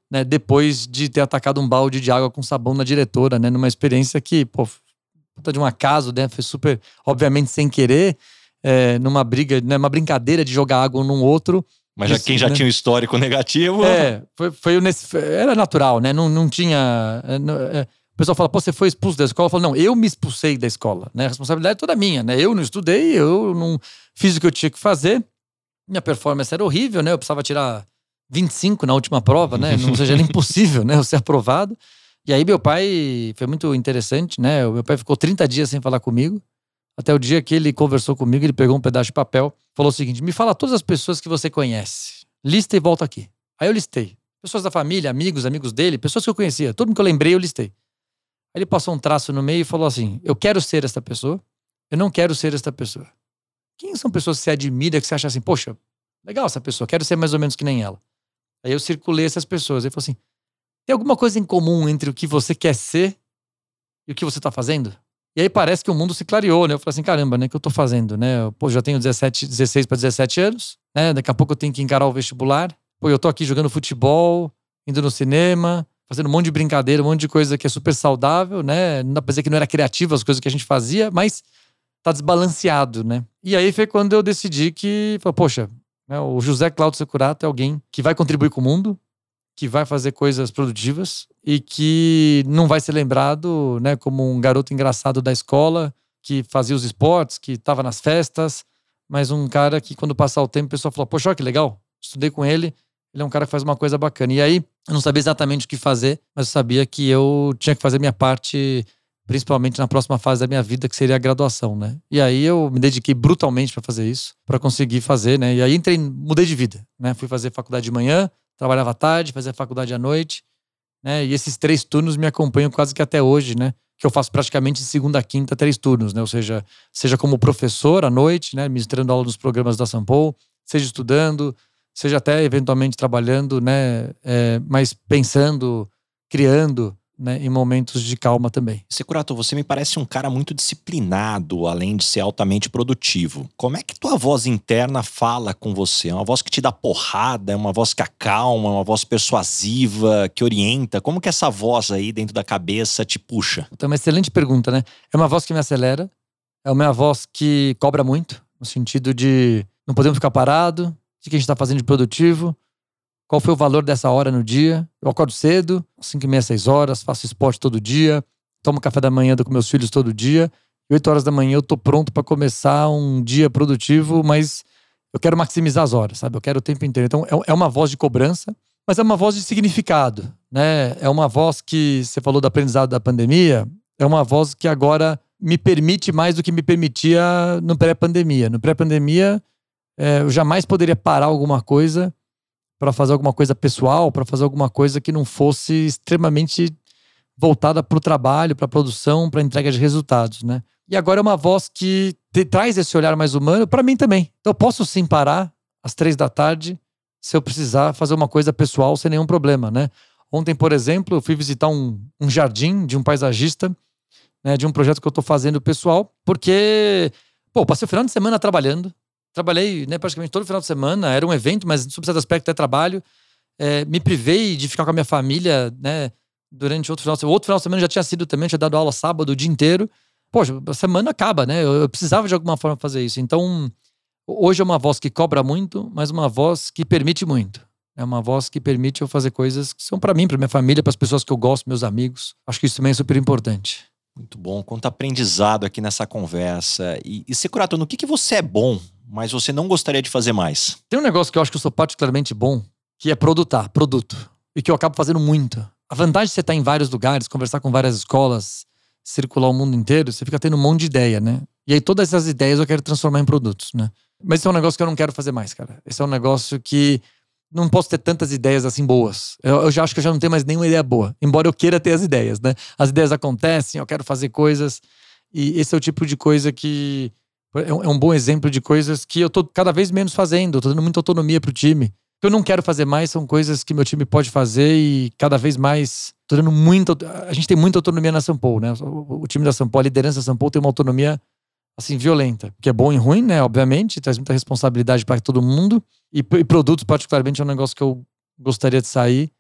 né, depois de ter atacado um balde de água com sabão na diretora, né, numa experiência que, pô, puta de um acaso, né, foi super, obviamente sem querer, é, numa briga, né, uma brincadeira de jogar água num outro. Mas já, isso, quem já né, tinha um histórico negativo... É, foi, foi nesse, era natural, né, não, não tinha... É, o pessoal fala, pô, você foi expulso da escola? Eu falo, não, eu me expulsei da escola, né, a responsabilidade é toda minha, né, eu não estudei, eu não fiz o que eu tinha que fazer, minha performance era horrível, né, eu precisava tirar vinte e cinco na última prova, né, ou seja, era impossível, né, eu ser aprovado. E aí meu pai, foi muito interessante, né, o meu pai ficou trinta dias sem falar comigo, até o dia que ele conversou comigo, ele pegou um pedaço de papel, falou o seguinte, me fala todas as pessoas que você conhece, lista e volta aqui. Aí eu listei, pessoas da família, amigos, amigos dele, pessoas que eu conhecia, todo mundo que eu lembrei eu listei. Aí ele passou um traço no meio e falou assim, eu quero ser esta pessoa, eu não quero ser esta pessoa. Quem são pessoas que você admira, que você acha assim, poxa, legal essa pessoa, quero ser mais ou menos que nem ela. Aí eu circulei essas pessoas, ele falou assim, tem alguma coisa em comum entre o que você quer ser e o que você tá fazendo? E aí parece que o mundo se clareou, né? Eu falei assim, caramba, né? O que eu tô fazendo, né? Pô, já tenho dezessete, dezesseis para dezessete anos, né? Daqui a pouco eu tenho que encarar o vestibular. Pô, eu tô aqui jogando futebol, indo no cinema, fazendo um monte de brincadeira, um monte de coisa que é super saudável, né? Não dá pra dizer que não era criativo as coisas que a gente fazia, mas tá desbalanceado, né? E aí foi quando eu decidi que, poxa, né, o José Cláudio Securato é alguém que vai contribuir com o mundo, que vai fazer coisas produtivas e que não vai ser lembrado, né, como um garoto engraçado da escola, que fazia os esportes, que estava nas festas, mas um cara que quando passar o tempo o pessoal falou, poxa, olha que legal, estudei com ele, ele é um cara que faz uma coisa bacana. E aí eu não sabia exatamente o que fazer, mas eu sabia que eu tinha que fazer minha parte, principalmente na próxima fase da minha vida, que seria a graduação, né? E aí eu me dediquei brutalmente para fazer isso, para conseguir fazer, né? E aí entrei, mudei de vida, né? Fui fazer faculdade de manhã, trabalhava à tarde, fazia faculdade à noite, né? E esses três turnos me acompanham quase que até hoje, né? Que eu faço praticamente de segunda a quinta, três turnos, né? Ou seja, seja como professor à noite, né? Ministrando aula nos programas da Sampo, seja estudando, seja até eventualmente trabalhando, né? É, mas pensando, criando, né, em momentos de calma também. Securato, você me parece um cara muito disciplinado, além de ser altamente produtivo. Como é que tua voz interna fala com você? É uma voz que te dá porrada, é uma voz que acalma, é uma voz persuasiva, que orienta? Como que essa voz aí dentro da cabeça te puxa? Então, é uma excelente pergunta, né? É uma voz que me acelera, é uma voz que cobra muito, no sentido de não podemos ficar parado, o que a gente está fazendo de produtivo, qual foi o valor dessa hora no dia. Eu acordo cedo, cinco e meia, seis horas, faço esporte todo dia, tomo café da manhã com meus filhos todo dia. E oito horas da manhã eu tô pronto para começar um dia produtivo, mas eu quero maximizar as horas, sabe? Eu quero o tempo inteiro. Então é uma voz de cobrança, mas é uma voz de significado, né? É uma voz que, você falou do aprendizado da pandemia, é uma voz que agora me permite mais do que me permitia no pré-pandemia. No pré-pandemia, é, eu jamais poderia parar alguma coisa para fazer alguma coisa pessoal, para fazer alguma coisa que não fosse extremamente voltada para o trabalho, para a produção, para a entrega de resultados, né? E agora é uma voz que te, traz esse olhar mais humano para mim também. Então eu posso sim parar às três da tarde se eu precisar fazer uma coisa pessoal sem nenhum problema, né? Ontem, por exemplo, eu fui visitar um, um jardim de um paisagista, né, de um projeto que eu estou fazendo pessoal, porque, pô, passei o final de semana trabalhando, Trabalhei, né, praticamente todo final de semana, era um evento, mas sob certo aspecto é trabalho. É, me privei de ficar com a minha família, né, durante outro final de semana. Outro final de semana já tinha sido também, tinha dado aula sábado o dia inteiro. Poxa, a semana acaba, né? Eu, eu precisava de alguma forma fazer isso. Então, hoje é uma voz que cobra muito, mas uma voz que permite muito. É uma voz que permite eu fazer coisas que são para mim, para minha família, para as pessoas que eu gosto, meus amigos. Acho que isso também é super importante. Muito bom, quanto aprendizado aqui nessa conversa. E, e Securato, no que, que você é bom, mas você não gostaria de fazer mais? Tem um negócio que eu acho que eu sou particularmente bom, que é produtar, produto. E que eu acabo fazendo muito. A vantagem de você estar em vários lugares, conversar com várias escolas, circular o mundo inteiro, você fica tendo um monte de ideia, né? E aí todas essas ideias eu quero transformar em produtos, né? Mas esse é um negócio que eu não quero fazer mais, cara. Esse é um negócio que não posso ter tantas ideias assim boas. Eu, eu já acho que eu já não tenho mais nenhuma ideia boa. Embora eu queira ter as ideias, né? As ideias acontecem, eu quero fazer coisas. E esse é o tipo de coisa que... É um bom exemplo de coisas que eu tô cada vez menos fazendo. Eu tô dando muita autonomia pro time. O que eu não quero fazer mais são coisas que meu time pode fazer e cada vez mais tô dando muita... A gente tem muita autonomia na Sampo, né? O, o time da Sampo, a liderança da Sampo tem uma autonomia assim, violenta. Que é bom e ruim, né? Obviamente, traz muita responsabilidade para todo mundo. E, e produtos, particularmente, é um negócio que eu gostaria de sair.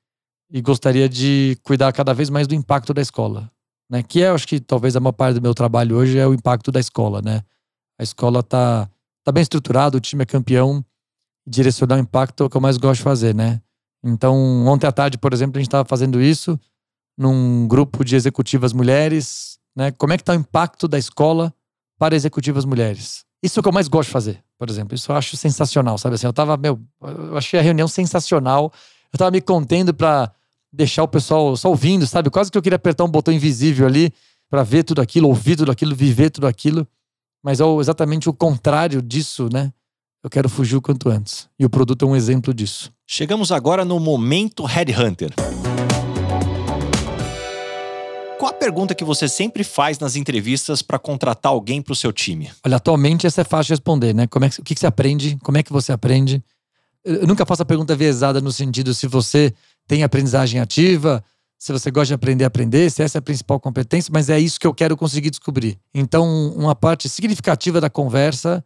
e gostaria de cuidar cada vez mais do impacto da escola, né? Que é, acho que talvez a maior parte do meu trabalho hoje é o impacto da escola, né? A escola tá, tá bem estruturada, o time é campeão, direcionar o impacto é o que eu mais gosto de fazer, né? Então, ontem à tarde, por exemplo, a gente estava fazendo isso num grupo de executivas mulheres, né? Como é que tá o impacto da escola para executivas mulheres? Isso é o que eu mais gosto de fazer, por exemplo. Isso eu acho sensacional, sabe assim? Eu tava, meu, eu achei a reunião sensacional. Eu tava me contendo pra deixar o pessoal só ouvindo, sabe? Quase que eu queria apertar um botão invisível ali pra ver tudo aquilo, ouvir tudo aquilo, viver tudo aquilo. Mas é exatamente o contrário disso, né? Eu quero fugir o quanto antes. E o produto é um exemplo disso. Chegamos agora no momento Headhunter. Qual a pergunta que você sempre faz nas entrevistas para contratar alguém para o seu time? Olha, atualmente essa é fácil de responder, né? Como é que, o que que você aprende? Como é que você aprende? Eu nunca faço a pergunta viesada no sentido se você tem aprendizagem ativa, se você gosta de aprender a aprender, se essa é a principal competência, mas é isso que eu quero conseguir descobrir. Então, uma parte significativa da conversa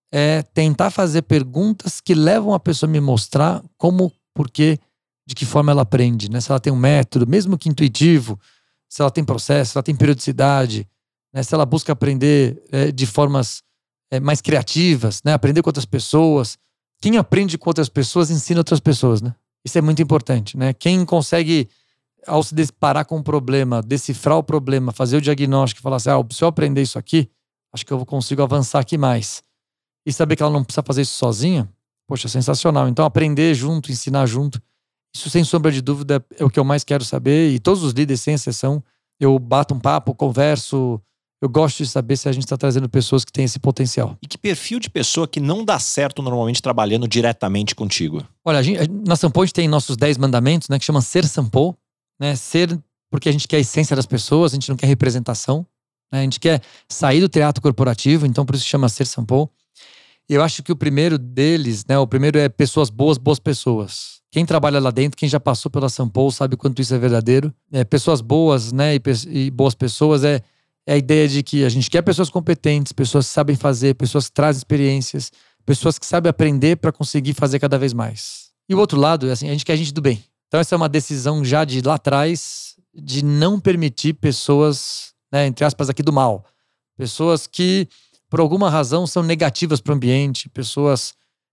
é tentar fazer perguntas que levam a pessoa a me mostrar como, por quê, de que forma ela aprende, né? Se ela tem um método, mesmo que intuitivo, se ela tem processo, se ela tem periodicidade, né? Se ela busca aprender é, de formas é, mais criativas, né? Aprender com outras pessoas. Quem aprende com outras pessoas ensina outras pessoas, né? Isso é muito importante, né? Quem consegue, ao se deparar com um problema, decifrar o problema, fazer o diagnóstico e falar assim, ah, se eu aprender isso aqui, acho que eu consigo avançar aqui mais. E saber que ela não precisa fazer isso sozinha, poxa, sensacional. Então aprender junto, ensinar junto, isso sem sombra de dúvida é o que eu mais quero saber. E todos os líderes, sem exceção, eu bato um papo, converso. Eu gosto de saber se a gente está trazendo pessoas que têm esse potencial. E que perfil de pessoa que não dá certo normalmente trabalhando diretamente contigo? Olha, a gente, na Sampo a gente tem nossos dez mandamentos, né, que chama Ser Sampo, né? Ser porque a gente quer a essência das pessoas, a gente não quer representação, né? A gente quer sair do teatro corporativo, então por isso chama Ser Sampo. E eu acho que o primeiro deles, né, o primeiro é pessoas boas, boas pessoas. Quem trabalha lá dentro, quem já passou pela Sampo sabe quanto isso é verdadeiro. É, pessoas boas, né, e, e boas pessoas é, é a ideia de que a gente quer pessoas competentes, pessoas que sabem fazer, pessoas que trazem experiências, pessoas que sabem aprender para conseguir fazer cada vez mais. E o outro lado, é assim, a gente quer gente do bem. Então essa é uma decisão já de lá atrás de não permitir pessoas, né, entre aspas aqui, do mal. Pessoas que por alguma razão são negativas para o ambiente, pessoas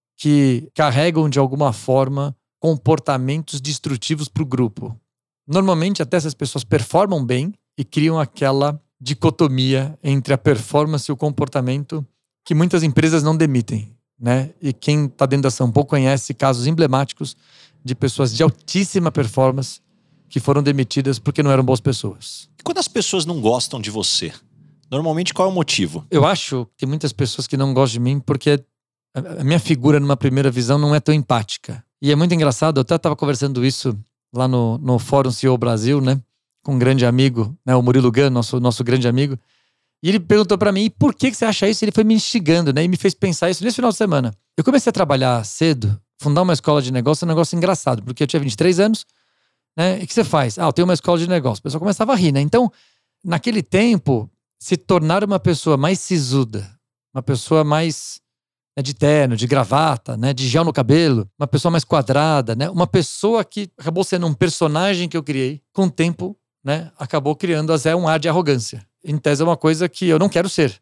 que carregam de alguma forma comportamentos destrutivos para o grupo. Normalmente até essas pessoas performam bem e criam aquela dicotomia entre a performance e o comportamento que muitas empresas não demitem, né? E quem está dentro da Sampo conhece casos emblemáticos de pessoas de altíssima performance que foram demitidas porque não eram boas pessoas. E quando as pessoas não gostam de você? Normalmente, qual é o motivo? Eu acho que tem muitas pessoas que não gostam de mim porque a minha figura, numa primeira visão, não é tão empática. E é muito engraçado, eu até estava conversando isso lá no, no Fórum C E O Brasil, né? Com um grande amigo, né? O Murilo Gun, nosso, nosso grande amigo. E ele perguntou para mim, e por que, que você acha isso? Ele foi me instigando, né? E me fez pensar isso nesse final de semana. Eu comecei a trabalhar cedo, fundar uma escola de negócio é um negócio engraçado, porque eu tinha vinte e três anos, né? E o que você faz? Ah, eu tenho uma escola de negócio. O pessoal começava a rir, né? Então, naquele tempo, se tornar uma pessoa mais sisuda, uma pessoa mais, né, de terno, de gravata, né, de gel no cabelo, uma pessoa mais quadrada, né, uma pessoa que acabou sendo um personagem que eu criei, com o tempo, né, acabou criando até um ar de arrogância. Em tese é uma coisa que eu não quero ser.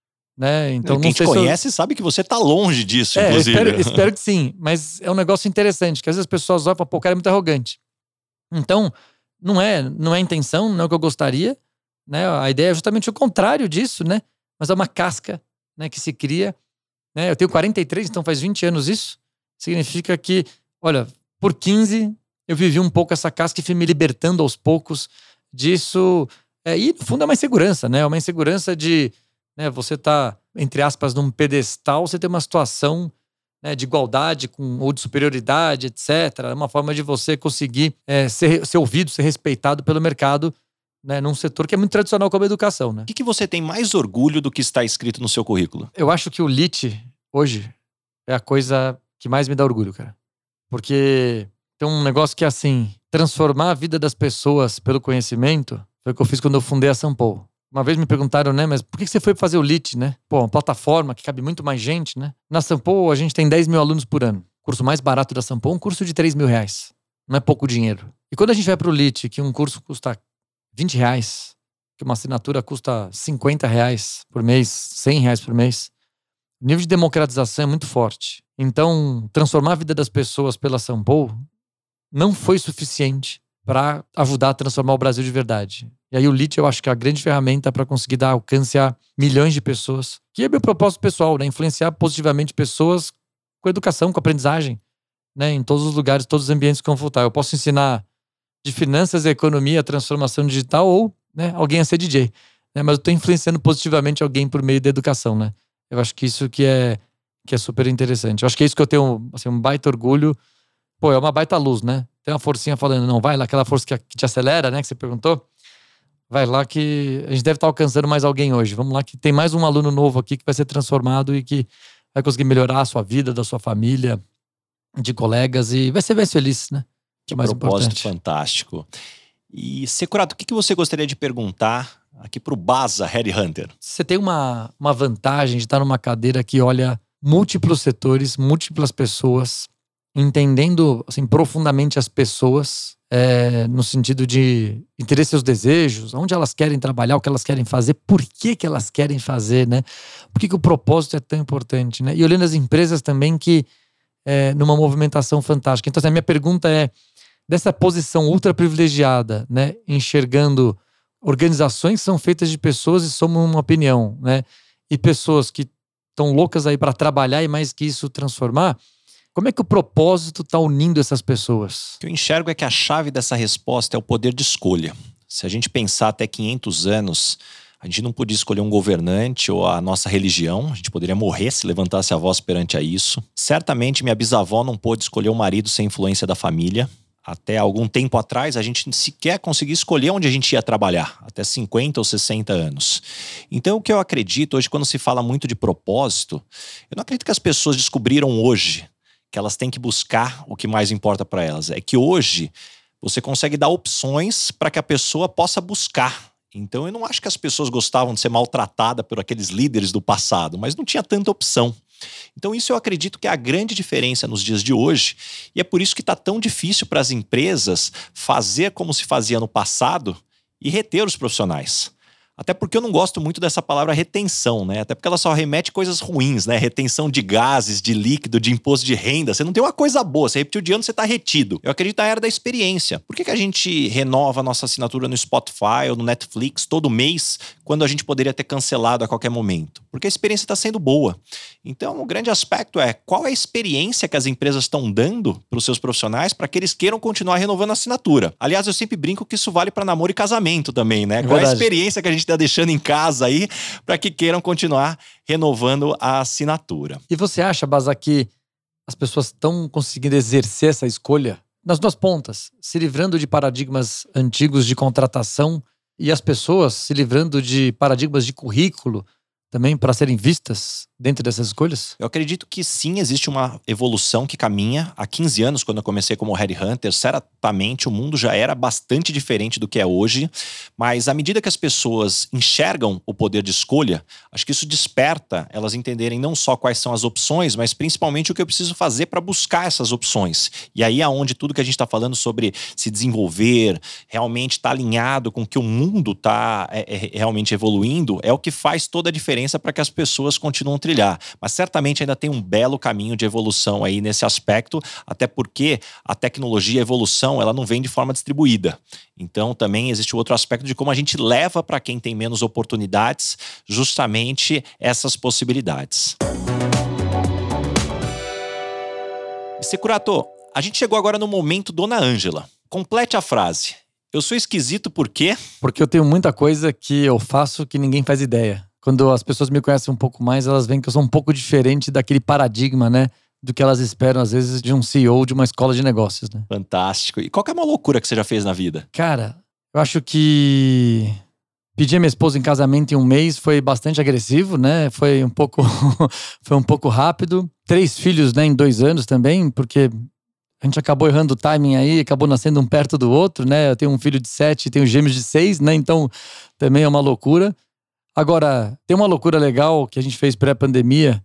Né? Então, quem não sei te conhece se eu... sabe que você tá longe disso, é, inclusive. Espero, espero que sim, mas é um negócio interessante, que às vezes as pessoas olham e falam, pô, o cara é muito arrogante. Então, não é, não é a intenção, não é o que eu gostaria, né? A ideia é justamente o contrário disso, né? Mas é uma casca, né, que se cria. Né? Eu tenho quarenta e três, então faz vinte anos isso. Significa que, olha, por quinze eu vivi um pouco essa casca e fui me libertando aos poucos disso. É, e no fundo é uma insegurança, né? Uma insegurança de, né, você tá, entre aspas, num pedestal, você tem uma situação, né, de igualdade com, ou de superioridade, etcétera. É uma forma de você conseguir é, ser, ser ouvido, ser respeitado pelo mercado, né, num setor que é muito tradicional como a educação, né? O que, que você tem mais orgulho do que está escrito no seu currículo? Eu acho que o L I T, hoje, é a coisa que mais me dá orgulho, cara. Porque tem um negócio que é assim, transformar a vida das pessoas pelo conhecimento, foi o que eu fiz quando eu fundei a Sampo. Uma vez me perguntaram, né, mas por que você foi fazer o L I T, né? Pô, uma plataforma que cabe muito mais gente, né? Na Sampo, a gente tem dez mil alunos por ano. O curso mais barato da Sampo é um curso de três mil reais. Não é pouco dinheiro. E quando a gente vai para o L I T, que um curso custa vinte reais, que uma assinatura custa cinquenta reais por mês, cem reais por mês, o nível de democratização é muito forte. Então, transformar a vida das pessoas pela Sampo não foi suficiente para ajudar a transformar o Brasil de verdade. E aí o L I T eu acho que é a grande ferramenta para conseguir dar alcance a milhões de pessoas. Que é meu propósito pessoal, né? Influenciar positivamente pessoas com educação, com aprendizagem, né? Em todos os lugares, todos os ambientes que eu vou. Eu posso ensinar de finanças, economia, transformação digital ou, né, alguém a ser D J. Né? Mas eu estou influenciando positivamente alguém por meio da educação, né? Eu acho que isso que é, que é super interessante. Eu acho que é isso que eu tenho assim, um baita orgulho. Pô, é uma baita luz, né? Tem uma forcinha falando, não, vai lá, aquela força que, que te acelera, né? Que você perguntou. Vai lá que a gente deve estar alcançando mais alguém hoje. Vamos lá que tem mais um aluno novo aqui que vai ser transformado e que vai conseguir melhorar a sua vida, da sua família, de colegas e vai ser mais feliz, né? Que é mais propósito importante. Fantástico. E, Securato, o que você gostaria de perguntar aqui para o Baza Headhunter? Você tem uma, uma vantagem de estar numa cadeira que olha múltiplos setores, múltiplas pessoas, entendendo assim, profundamente as pessoas, é, no sentido de entender seus desejos, onde elas querem trabalhar, o que elas querem fazer, por que, que elas querem fazer, né? Por que, que o propósito é tão importante, né? E olhando as empresas também que, é, numa movimentação fantástica. Então, assim, a minha pergunta é, dessa posição ultra privilegiada, né? Enxergando organizações que são feitas de pessoas e somam uma opinião, né? E pessoas que estão loucas aí para trabalhar e mais que isso transformar. Como é que o propósito está unindo essas pessoas? O que eu enxergo é que a chave dessa resposta é o poder de escolha. Se a gente pensar até quinhentos anos, a gente não podia escolher um governante ou a nossa religião. A gente poderia morrer se levantasse a voz perante a isso. Certamente minha bisavó não pôde escolher um marido sem influência da família. Até algum tempo atrás, a gente sequer conseguia escolher onde a gente ia trabalhar, até cinquenta ou sessenta anos. Então, o que eu acredito hoje, quando se fala muito de propósito, eu não acredito que as pessoas descobriram hoje que elas têm que buscar o que mais importa para elas. É que hoje você consegue dar opções para que a pessoa possa buscar. Então, eu não acho que as pessoas gostavam de ser maltratadas por aqueles líderes do passado, mas não tinha tanta opção. Então isso eu acredito que é a grande diferença nos dias de hoje e é por isso que está tão difícil para as empresas fazer como se fazia no passado e reter os profissionais. Até porque eu não gosto muito dessa palavra retenção, né? Até porque ela só remete coisas ruins, né? Retenção de gases, de líquido, de imposto de renda. Você não tem uma coisa boa. Você repetiu de ano, você está retido. Eu acredito na era da experiência. Por que que a gente renova a nossa assinatura no Spotify ou no Netflix todo mês, quando a gente poderia ter cancelado a qualquer momento? Porque a experiência está sendo boa. Então, o grande aspecto é qual é a experiência que as empresas estão dando para os seus profissionais para que eles queiram continuar renovando a assinatura. Aliás, eu sempre brinco que isso vale para namoro e casamento também, né? É qual é a verdade. experiência que a gente está deixando em casa aí para que queiram continuar renovando a assinatura. E você acha, Baza, que as pessoas estão conseguindo exercer essa escolha nas duas pontas, se livrando de paradigmas antigos de contratação e as pessoas se livrando de paradigmas de currículo também para serem vistas dentro dessas escolhas? Eu acredito que sim, existe uma evolução que caminha. Há quinze anos, quando eu comecei como Headhunter, certamente o mundo já era bastante diferente do que é hoje, mas à medida que as pessoas enxergam o poder de escolha, acho que isso desperta elas entenderem não só quais são as opções, mas principalmente o que eu preciso fazer para buscar essas opções. E aí é onde tudo que a gente está falando sobre se desenvolver, realmente está alinhado com o que o mundo está é, é, realmente evoluindo, é o que faz toda a diferença para que as pessoas continuem trilhar. Mas certamente ainda tem um belo caminho de evolução aí nesse aspecto, até porque a tecnologia, a evolução, ela não vem de forma distribuída. Então também existe o outro aspecto de como a gente leva para quem tem menos oportunidades justamente essas possibilidades. Securato, a gente chegou agora no momento Dona Ângela. Complete a frase. Eu sou esquisito por quê? Porque eu tenho muita coisa que eu faço que ninguém faz ideia. Quando as pessoas me conhecem um pouco mais, elas veem que eu sou um pouco diferente daquele paradigma, né? Do que elas esperam, às vezes, de um C E O de uma escola de negócios, né? Fantástico. E qual que é uma loucura que você já fez na vida? Cara, eu acho que pedir a minha esposa em casamento em um mês foi bastante agressivo, né? Foi um pouco, foi um pouco rápido. Três filhos, né, em dois anos também, porque a gente acabou errando o timing aí, acabou nascendo um perto do outro, né? Eu tenho um filho de sete e tenho gêmeos de seis, né? Então, também é uma loucura. Agora, tem uma loucura legal que a gente fez pré-pandemia,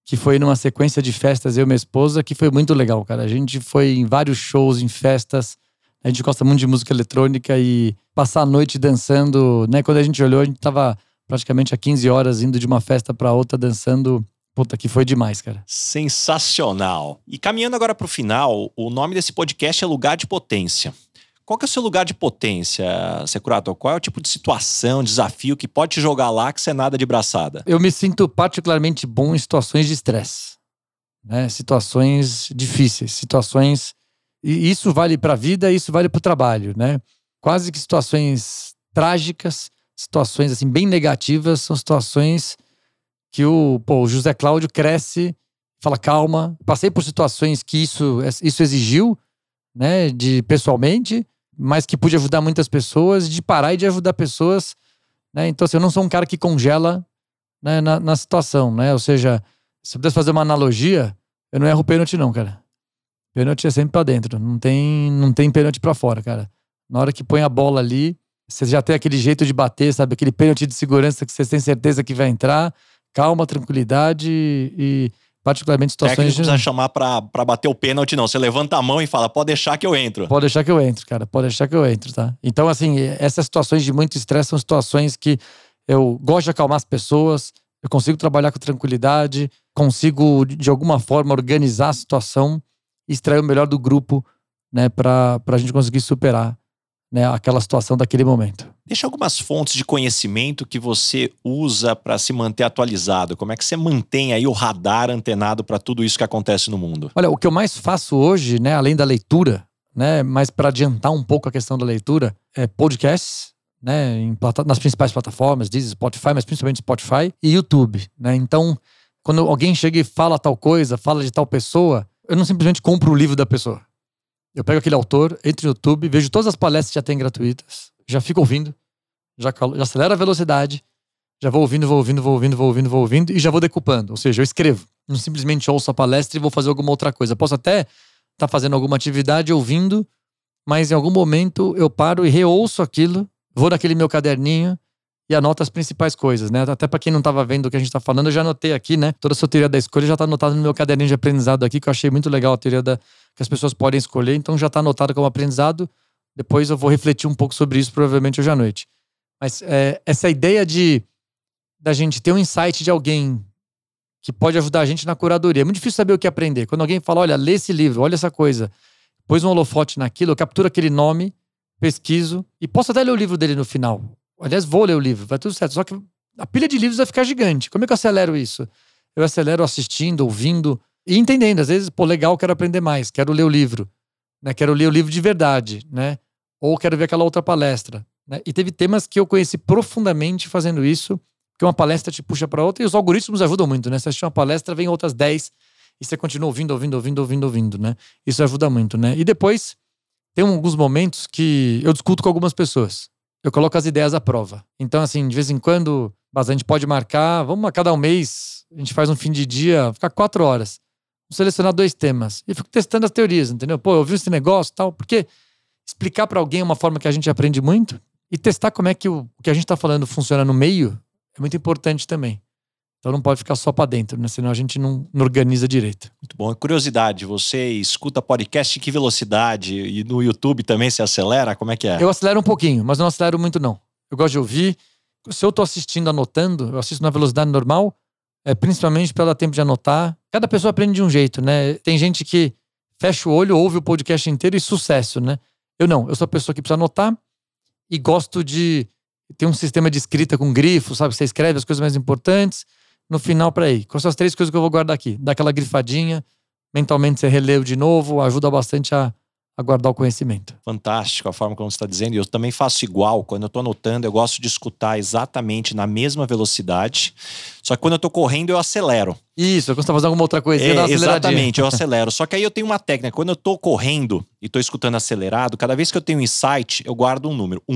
que foi numa sequência de festas, eu e minha esposa, que foi muito legal, cara. A gente foi em vários shows, em festas. A gente gosta muito de música eletrônica e passar a noite dançando, né? Quando a gente olhou, a gente tava praticamente há quinze horas indo de uma festa pra outra dançando. Puta, que foi demais, cara. Sensacional. E caminhando agora pro final, o nome desse podcast é Lugar de Potência. Qual que é o seu lugar de potência, Securato? Qual é o tipo de situação, desafio que pode te jogar lá que você é nada de braçada? Eu me sinto particularmente bom em situações de estresse, né? Situações difíceis, situações... E isso vale para a vida, isso vale para o trabalho, né? Quase que situações trágicas, situações assim bem negativas, são situações que o, pô, o José Cláudio cresce, fala calma. Passei por situações que isso, isso exigiu, né? De pessoalmente... mas que pude ajudar muitas pessoas, de parar e de ajudar pessoas, né? Então, assim, eu não sou um cara que congela, né, na, na situação, né? Ou seja, se eu pudesse fazer uma analogia, eu não erro pênalti não, cara. Pênalti é sempre pra dentro, não tem, não tem pênalti pra fora, cara. Na hora que põe a bola ali, você já tem aquele jeito de bater, sabe? Aquele pênalti de segurança que você tem certeza que vai entrar. Calma, tranquilidade e... particularmente situações... Técnico não precisa chamar pra, pra bater o pênalti, não. Você levanta a mão e fala, pode deixar que eu entro. Pode deixar que eu entro, cara. Pode deixar que eu entro, tá? Então, assim, essas situações de muito estresse são situações que eu gosto de acalmar as pessoas, eu consigo trabalhar com tranquilidade, consigo, de alguma forma, organizar a situação e extrair o melhor do grupo, né? Pra, pra gente conseguir superar, né, aquela situação daquele momento. Deixa algumas fontes de conhecimento que você usa para se manter atualizado. Como é que você mantém aí o radar antenado para tudo isso que acontece no mundo? Olha, o que eu mais faço hoje, né, além da leitura, né, mas para adiantar um pouco a questão da leitura, é podcasts, né, em plata- nas principais plataformas, Deezer, Spotify, mas principalmente Spotify e YouTube, né? Então, quando alguém chega e fala tal coisa, fala de tal pessoa, eu não simplesmente compro o livro da pessoa. Eu pego aquele autor, entro no YouTube, vejo todas as palestras que já tem gratuitas, já fico ouvindo, já, já acelero a velocidade, já vou ouvindo, vou ouvindo, vou ouvindo, vou ouvindo, vou ouvindo e já vou decupando. Ou seja, eu escrevo. Não simplesmente ouço a palestra e vou fazer alguma outra coisa. Posso até estar tá fazendo alguma atividade ouvindo, mas em algum momento eu paro e reouço aquilo, vou naquele meu caderninho e anoto as principais coisas, né? Até para quem não estava vendo o que a gente está falando, eu já anotei aqui, né? Toda a sua teoria da escolha já está anotada no meu caderninho de aprendizado aqui, que eu achei muito legal a teoria da, que as pessoas podem escolher. Então já está anotado como aprendizado. Depois eu vou refletir um pouco sobre isso, provavelmente hoje à noite. Mas é, essa ideia de da gente ter um insight de alguém que pode ajudar a gente na curadoria. É muito difícil saber o que aprender. Quando alguém fala, olha, lê esse livro, olha essa coisa. Pôs um holofote naquilo, eu capturo aquele nome, pesquiso e posso até ler o livro dele no final. Aliás, vou ler o livro, vai tudo certo. Só que a pilha de livros vai ficar gigante. Como é que eu acelero isso? Eu acelero assistindo, ouvindo e entendendo. Às vezes, pô, legal, quero aprender mais. Quero ler o livro. Né? Quero ler o livro de verdade, né? Ou quero ver aquela outra palestra. Né? E teve temas que eu conheci profundamente fazendo isso, porque uma palestra te puxa para outra e os algoritmos ajudam muito, né? Você assiste uma palestra, vem outras dez e você continua ouvindo, ouvindo, ouvindo, ouvindo, ouvindo, né? Isso ajuda muito, né? E depois, tem alguns momentos que eu discuto com algumas pessoas. Eu coloco as ideias à prova. Então, assim, de vez em quando, a gente pode marcar, vamos a cada um mês, a gente faz um fim de dia, ficar quatro horas. Vou selecionar dois temas. E fico testando as teorias, entendeu? Pô, eu vi esse negócio e tal. Porque explicar para alguém é uma forma que a gente aprende muito e testar como é que o, o que a gente tá falando funciona no meio é muito importante também. Então não pode ficar só para dentro, né? Senão a gente não, não organiza direito. Muito bom. Curiosidade, você escuta podcast em que velocidade? E no YouTube também se acelera? Como é que é? Eu acelero um pouquinho, mas não acelero muito não. Eu gosto de ouvir. Se eu tô assistindo, anotando, eu assisto na velocidade normal, é, principalmente para dar tempo de anotar. Cada pessoa aprende de um jeito, né? Tem gente que fecha o olho, ouve o podcast inteiro e sucesso, né? Eu não. Eu sou a pessoa que precisa anotar e gosto de ter um sistema de escrita com grifo, sabe? Você escreve as coisas mais importantes. No final, peraí, com essas três coisas que eu vou guardar aqui. Dá aquela grifadinha, mentalmente você releu de novo, ajuda bastante a, a guardar o conhecimento. Fantástico a forma como você está dizendo. E eu também faço igual. Quando eu estou anotando, eu gosto de escutar exatamente na mesma velocidade. Só que quando eu estou correndo, eu acelero. Isso, quando você está fazendo alguma outra coisa, é, dá uma exatamente, eu acelero. Só que aí eu tenho uma técnica. Quando eu estou correndo e estou escutando acelerado, cada vez que eu tenho um insight, eu guardo um número. Um.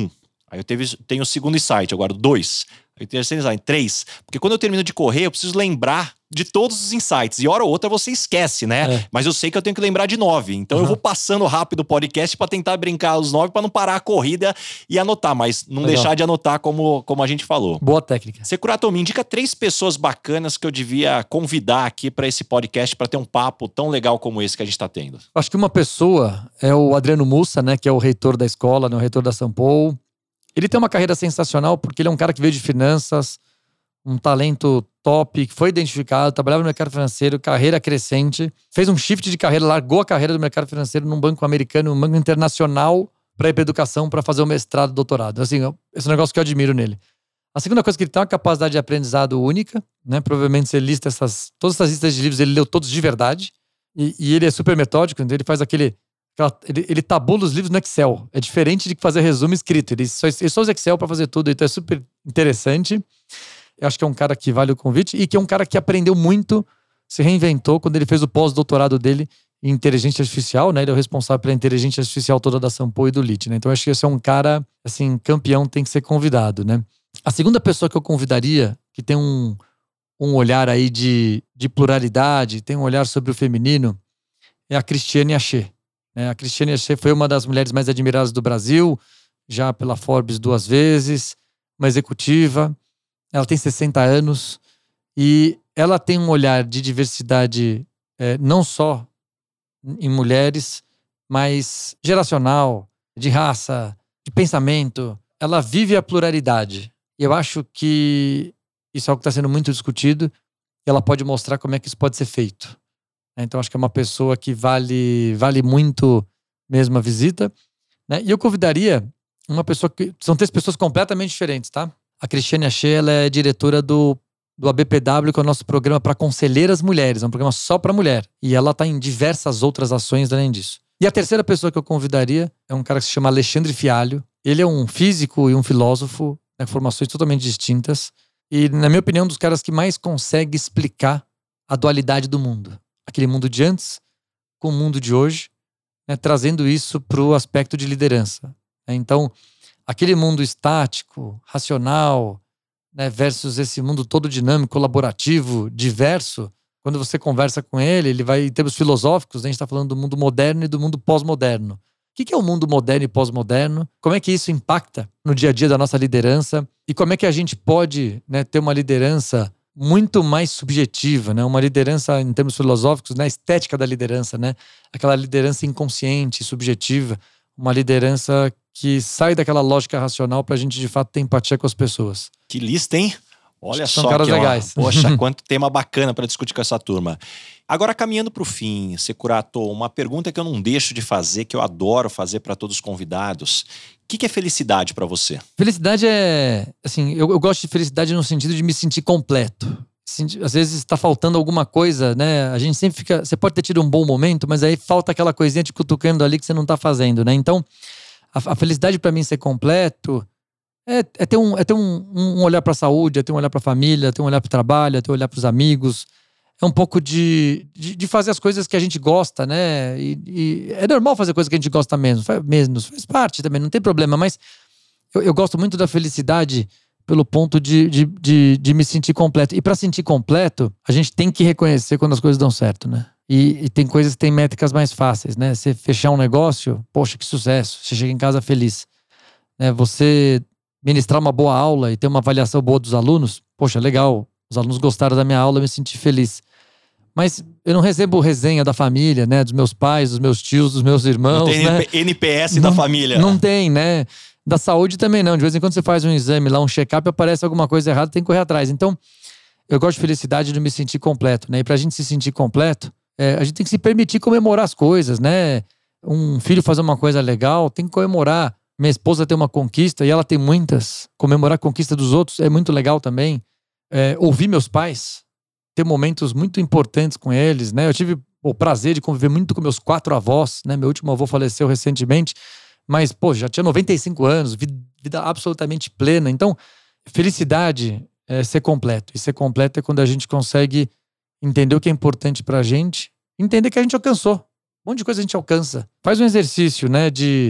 Aí eu teve, tenho o segundo insight, agora dois. Aí o terceiro insight, três. Porque quando eu termino de correr, eu preciso lembrar de todos os insights. E hora ou outra você esquece, né? É. Mas eu sei que eu tenho que lembrar de nove. Então uhum. eu vou passando rápido o podcast para tentar brincar os nove, para não parar a corrida e anotar. Mas não Legal. deixar de anotar como, como a gente falou. Boa técnica. Securato, me indica três pessoas bacanas que eu devia convidar aqui para esse podcast, para ter um papo tão legal como esse que a gente está tendo. Acho que uma pessoa é o Adriano Mussa, né? Que é o reitor da escola, né, o reitor da Sampo. Ele tem uma carreira sensacional porque ele é um cara que veio de finanças, um talento top, que foi identificado, trabalhava no mercado financeiro, carreira crescente, fez um shift de carreira, largou a carreira do mercado financeiro num banco americano, um banco internacional, para ir para educação, para fazer o mestrado, doutorado. Assim, esse é um negócio que eu admiro nele. A segunda coisa é que ele tem uma capacidade de aprendizado única, né? Provavelmente você lista essas, todas essas listas de livros, ele leu todos de verdade, e, e ele é super metódico, então ele faz aquele... Ele, ele tabula os livros no Excel. É diferente de fazer resumo escrito. Ele só, ele só usa Excel para fazer tudo. Então é super interessante. Eu acho que é um cara que vale o convite. E que é um cara que aprendeu muito, se reinventou quando ele fez o pós-doutorado dele em inteligência artificial, né? Ele é o responsável pela inteligência artificial toda da Sampo e do L I T, né? Então eu acho que esse é um cara, assim, campeão, tem que ser convidado, né? A segunda pessoa que eu convidaria, que tem um, um olhar aí de, de pluralidade, tem um olhar sobre o feminino, é a Cristiane Haché. A Cristiane Haché foi uma das mulheres mais admiradas do Brasil, já pela Forbes duas vezes, uma executiva. Ela tem sessenta anos e ela tem um olhar de diversidade é, não só em mulheres, mas geracional, de raça, de pensamento. Ela vive a pluralidade. E eu acho que isso é algo que está sendo muito discutido e ela pode mostrar como é que isso pode ser feito. Então acho que é uma pessoa que vale, vale muito mesmo a visita, né? E eu convidaria uma pessoa que... São três pessoas completamente diferentes, tá? A Cristiane Haché, ela é diretora do, do A B P W, que é o nosso programa para conselheiras mulheres. É um programa só para mulher. E ela está em diversas outras ações além disso. E a terceira pessoa que eu convidaria é um cara que se chama Alexandre Fialho. Ele é um físico e um filósofo, né, formações totalmente distintas. E, na minha opinião, um dos caras que mais consegue explicar a dualidade do mundo. Aquele mundo de antes com o mundo de hoje, né, trazendo isso para o aspecto de liderança. Né? Então, aquele mundo estático, racional, né, versus esse mundo todo dinâmico, colaborativo, diverso, quando você conversa com ele, ele vai, em termos filosóficos, né, a gente está falando do mundo moderno e do mundo pós-moderno. O que é o mundo moderno e pós-moderno? Como é que isso impacta no dia a dia da nossa liderança? E como é que a gente pode, né, ter uma liderança muito mais subjetiva, né? Uma liderança em termos filosóficos, né? Estética da liderança, né? Aquela liderança inconsciente, subjetiva, uma liderança que sai daquela lógica racional pra gente de fato ter empatia com as pessoas. Que lista, hein? Olha São só caras que, ó, legais. Poxa, quanto tema bacana para discutir com essa turma. Agora, caminhando para o fim, Securato, uma pergunta que eu não deixo de fazer, que eu adoro fazer para todos os convidados. O que, que é felicidade para você? Felicidade é... Assim, eu, eu gosto de felicidade no sentido de me sentir completo. Às vezes está faltando alguma coisa, né? A gente sempre fica... Você pode ter tido um bom momento, mas aí falta aquela coisinha te cutucando ali que você não está fazendo, né? Então, a, a felicidade para mim ser completo é, é ter, um, é ter um, um olhar para a saúde, é ter um olhar para a família, é ter um olhar para o trabalho, é ter um olhar para os amigos. É um pouco de, de, de fazer as coisas que a gente gosta, né? E, e é normal fazer coisas que a gente gosta mesmo, faz, mesmo, faz parte também, não tem problema. Mas eu, eu gosto muito da felicidade pelo ponto de, de, de, de me sentir completo. E para sentir completo, a gente tem que reconhecer quando as coisas dão certo, né? E, e tem coisas que têm métricas mais fáceis, né? Você fechar um negócio, poxa, que sucesso. Você chega em casa feliz. Né? Você ministrar uma boa aula e ter uma avaliação boa dos alunos, poxa, legal. Os alunos gostaram da minha aula, eu me senti feliz. Mas eu não recebo resenha da família, né? Dos meus pais, dos meus tios, dos meus irmãos, não tem né? N P S da não, família. Não tem, né? Da saúde também não. De vez em quando você faz um exame lá, um check-up, aparece alguma coisa errada, tem que correr atrás. Então, eu gosto de felicidade de me sentir completo, né? E pra gente se sentir completo, é, a gente tem que se permitir comemorar as coisas, né? Um filho fazer uma coisa legal, tem que comemorar. Minha esposa tem uma conquista e ela tem muitas. Comemorar a conquista dos outros é muito legal também. É, ouvir meus pais, ter momentos muito importantes com eles, né? Eu tive o prazer de conviver muito com meus quatro avós, né? Meu último avô faleceu recentemente, mas, pô, já tinha noventa e cinco anos, vida, vida absolutamente plena. Então, felicidade é ser completo. E ser completo é quando a gente consegue entender o que é importante pra gente, entender que a gente alcançou. Um monte de coisa a gente alcança. Faz um exercício, né? De,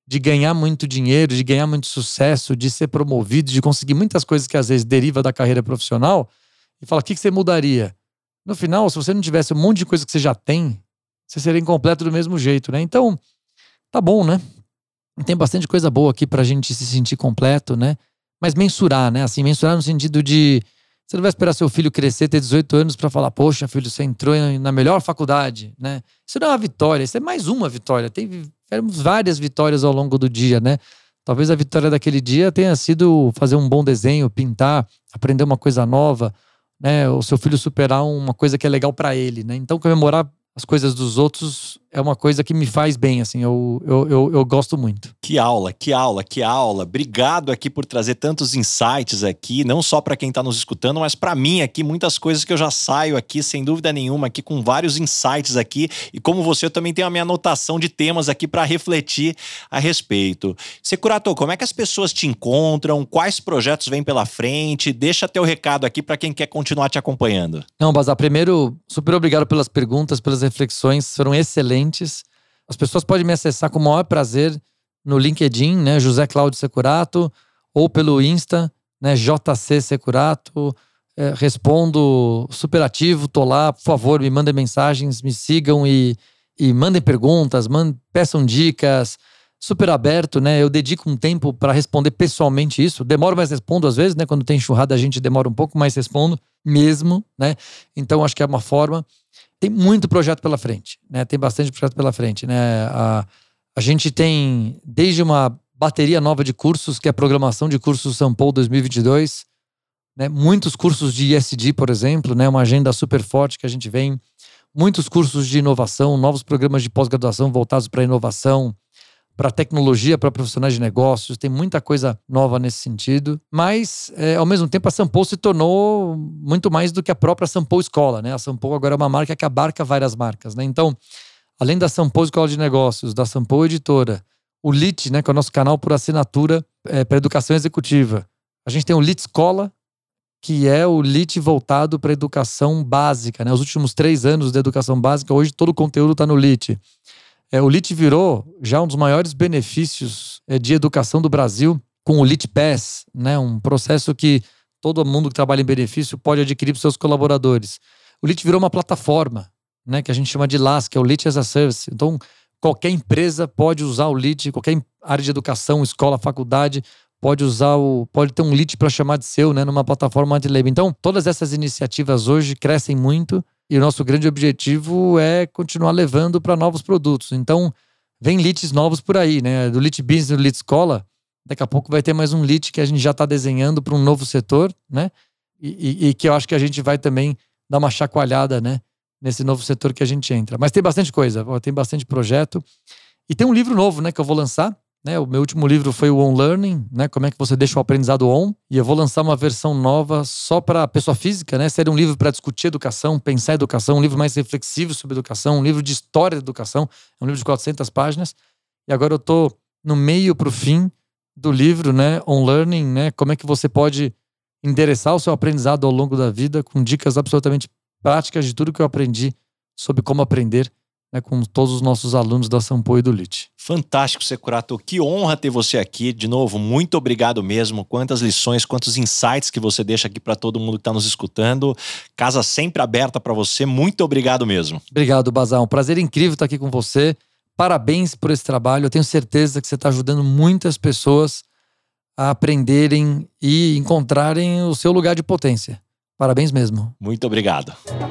de ganhar muito dinheiro, de ganhar muito sucesso, de ser promovido, de conseguir muitas coisas que às vezes deriva da carreira profissional, e fala, o que, que você mudaria? No final, se você não tivesse um monte de coisa que você já tem, você seria incompleto do mesmo jeito, né? Então, tá bom, né? Tem bastante coisa boa aqui pra gente se sentir completo, né? Mas mensurar, né? Assim, mensurar no sentido de... Você não vai esperar seu filho crescer, ter dezoito anos pra falar, poxa, filho, você entrou na melhor faculdade, né? Isso não é uma vitória, isso é mais uma vitória. Tem várias vitórias ao longo do dia, né? Talvez a vitória daquele dia tenha sido fazer um bom desenho, pintar, aprender uma coisa nova, né? O seu filho superar uma coisa que é legal pra ele, né? Então, comemorar as coisas dos outros é uma coisa que me faz bem, assim, eu, eu, eu, eu gosto muito. Que aula, que aula, que aula. Obrigado aqui por trazer tantos insights aqui, não só para quem está nos escutando, mas para mim aqui, muitas coisas que eu já saio aqui, sem dúvida nenhuma, aqui com vários insights aqui, e como você, eu também tenho a minha anotação de temas aqui para refletir a respeito. Securato, como é que as pessoas te encontram? Quais projetos vêm pela frente? Deixa teu recado aqui para quem quer continuar te acompanhando. Não, Bazar, primeiro, super obrigado pelas perguntas, pelas reflexões, foram excelentes. As pessoas podem me acessar com o maior prazer no LinkedIn, né, José Cláudio Securato, ou pelo Insta, né, J C Securato. É, respondo super ativo, tô lá, por favor, me mandem mensagens, me sigam e, e mandem perguntas, mandem, peçam dicas, super aberto, né? Eu dedico um tempo para responder pessoalmente isso. Demoro, mas respondo às vezes, né? Quando tem enxurrada a gente demora um pouco, mas respondo mesmo, né? Então acho que é uma forma. Tem muito projeto pela frente, né? Tem bastante projeto pela frente, né? A, a gente tem desde uma bateria nova de cursos, que é a programação de cursos Sampo dois mil e vinte e dois, né? Muitos cursos de E S G, por exemplo, né? Uma agenda super forte que a gente vem. Muitos cursos de inovação, novos programas de pós-graduação voltados para inovação, para tecnologia, para profissionais de negócios. Tem muita coisa nova nesse sentido. Mas, é, ao mesmo tempo, a Sampo se tornou muito mais do que a própria Sampo Escola, né? A Sampo agora é uma marca que abarca várias marcas, né? Então, além da Sampo Escola de Negócios, da Sampo Editora, o L I T, né, que é o nosso canal por assinatura é, para educação executiva. A gente tem o L I T Escola, que é o L I T voltado para educação básica, né? Os últimos três anos da educação básica, hoje todo o conteúdo está no L I T. É, o L I T virou já um dos maiores benefícios é, de educação do Brasil com o L I T Pass, né? Um processo que todo mundo que trabalha em benefício pode adquirir para os seus colaboradores. O L I T virou uma plataforma, né? Que a gente chama de L A S, que é o L I T as a Service. Então, qualquer empresa pode usar o L I T, qualquer área de educação, escola, faculdade, pode usar o, pode ter um L I T para chamar de seu, né? Numa plataforma anti-lab. Então, todas essas iniciativas hoje crescem muito. E o nosso grande objetivo é continuar levando para novos produtos. Então, vem L I Ts novos por aí, né? Do L I T Business, do L I T Escola, daqui a pouco vai ter mais um L I T que a gente já está desenhando para um novo setor, né? E, e, e que eu acho que a gente vai também dar uma chacoalhada, né? Nesse novo setor que a gente entra. Mas tem bastante coisa, tem bastante projeto. E tem um livro novo, né? Que eu vou lançar. Né, o meu último livro foi o On Learning, né, como é que você deixa o aprendizado on, e eu vou lançar uma versão nova só para pessoa física, né, seria um livro para discutir educação, pensar educação, um livro mais reflexivo sobre educação, um livro de história da educação, é um livro de quatrocentas páginas, e agora eu tô no meio pro fim do livro, né, On Learning, né, como é que você pode endereçar o seu aprendizado ao longo da vida com dicas absolutamente práticas de tudo que eu aprendi sobre como aprender, né, com todos os nossos alunos da Sampo e do L I T. Fantástico, Securato. Que honra ter você aqui. De novo, muito obrigado mesmo. Quantas lições, quantos insights que você deixa aqui para todo mundo que está nos escutando. Casa sempre aberta para você. Muito obrigado mesmo. Obrigado, Bazar. Um prazer incrível estar aqui com você. Parabéns por esse trabalho. Eu tenho certeza que você está ajudando muitas pessoas a aprenderem e encontrarem o seu lugar de potência. Parabéns mesmo. Muito obrigado.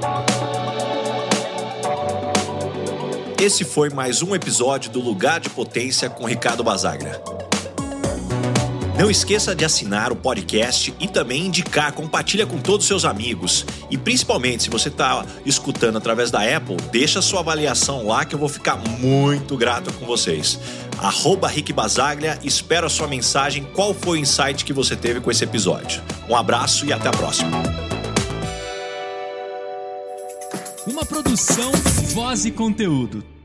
Esse foi mais um episódio do Lugar de Potência com Ricardo Basaglia. Não esqueça de assinar o podcast e também indicar, compartilha com todos os seus amigos. E principalmente, se você está escutando através da Apple, deixa sua avaliação lá que eu vou ficar muito grato com vocês. Arroba Rick Basaglia, espero a sua mensagem, qual foi o insight que você teve com esse episódio. Um abraço e até a próxima. Uma produção, voz e conteúdo.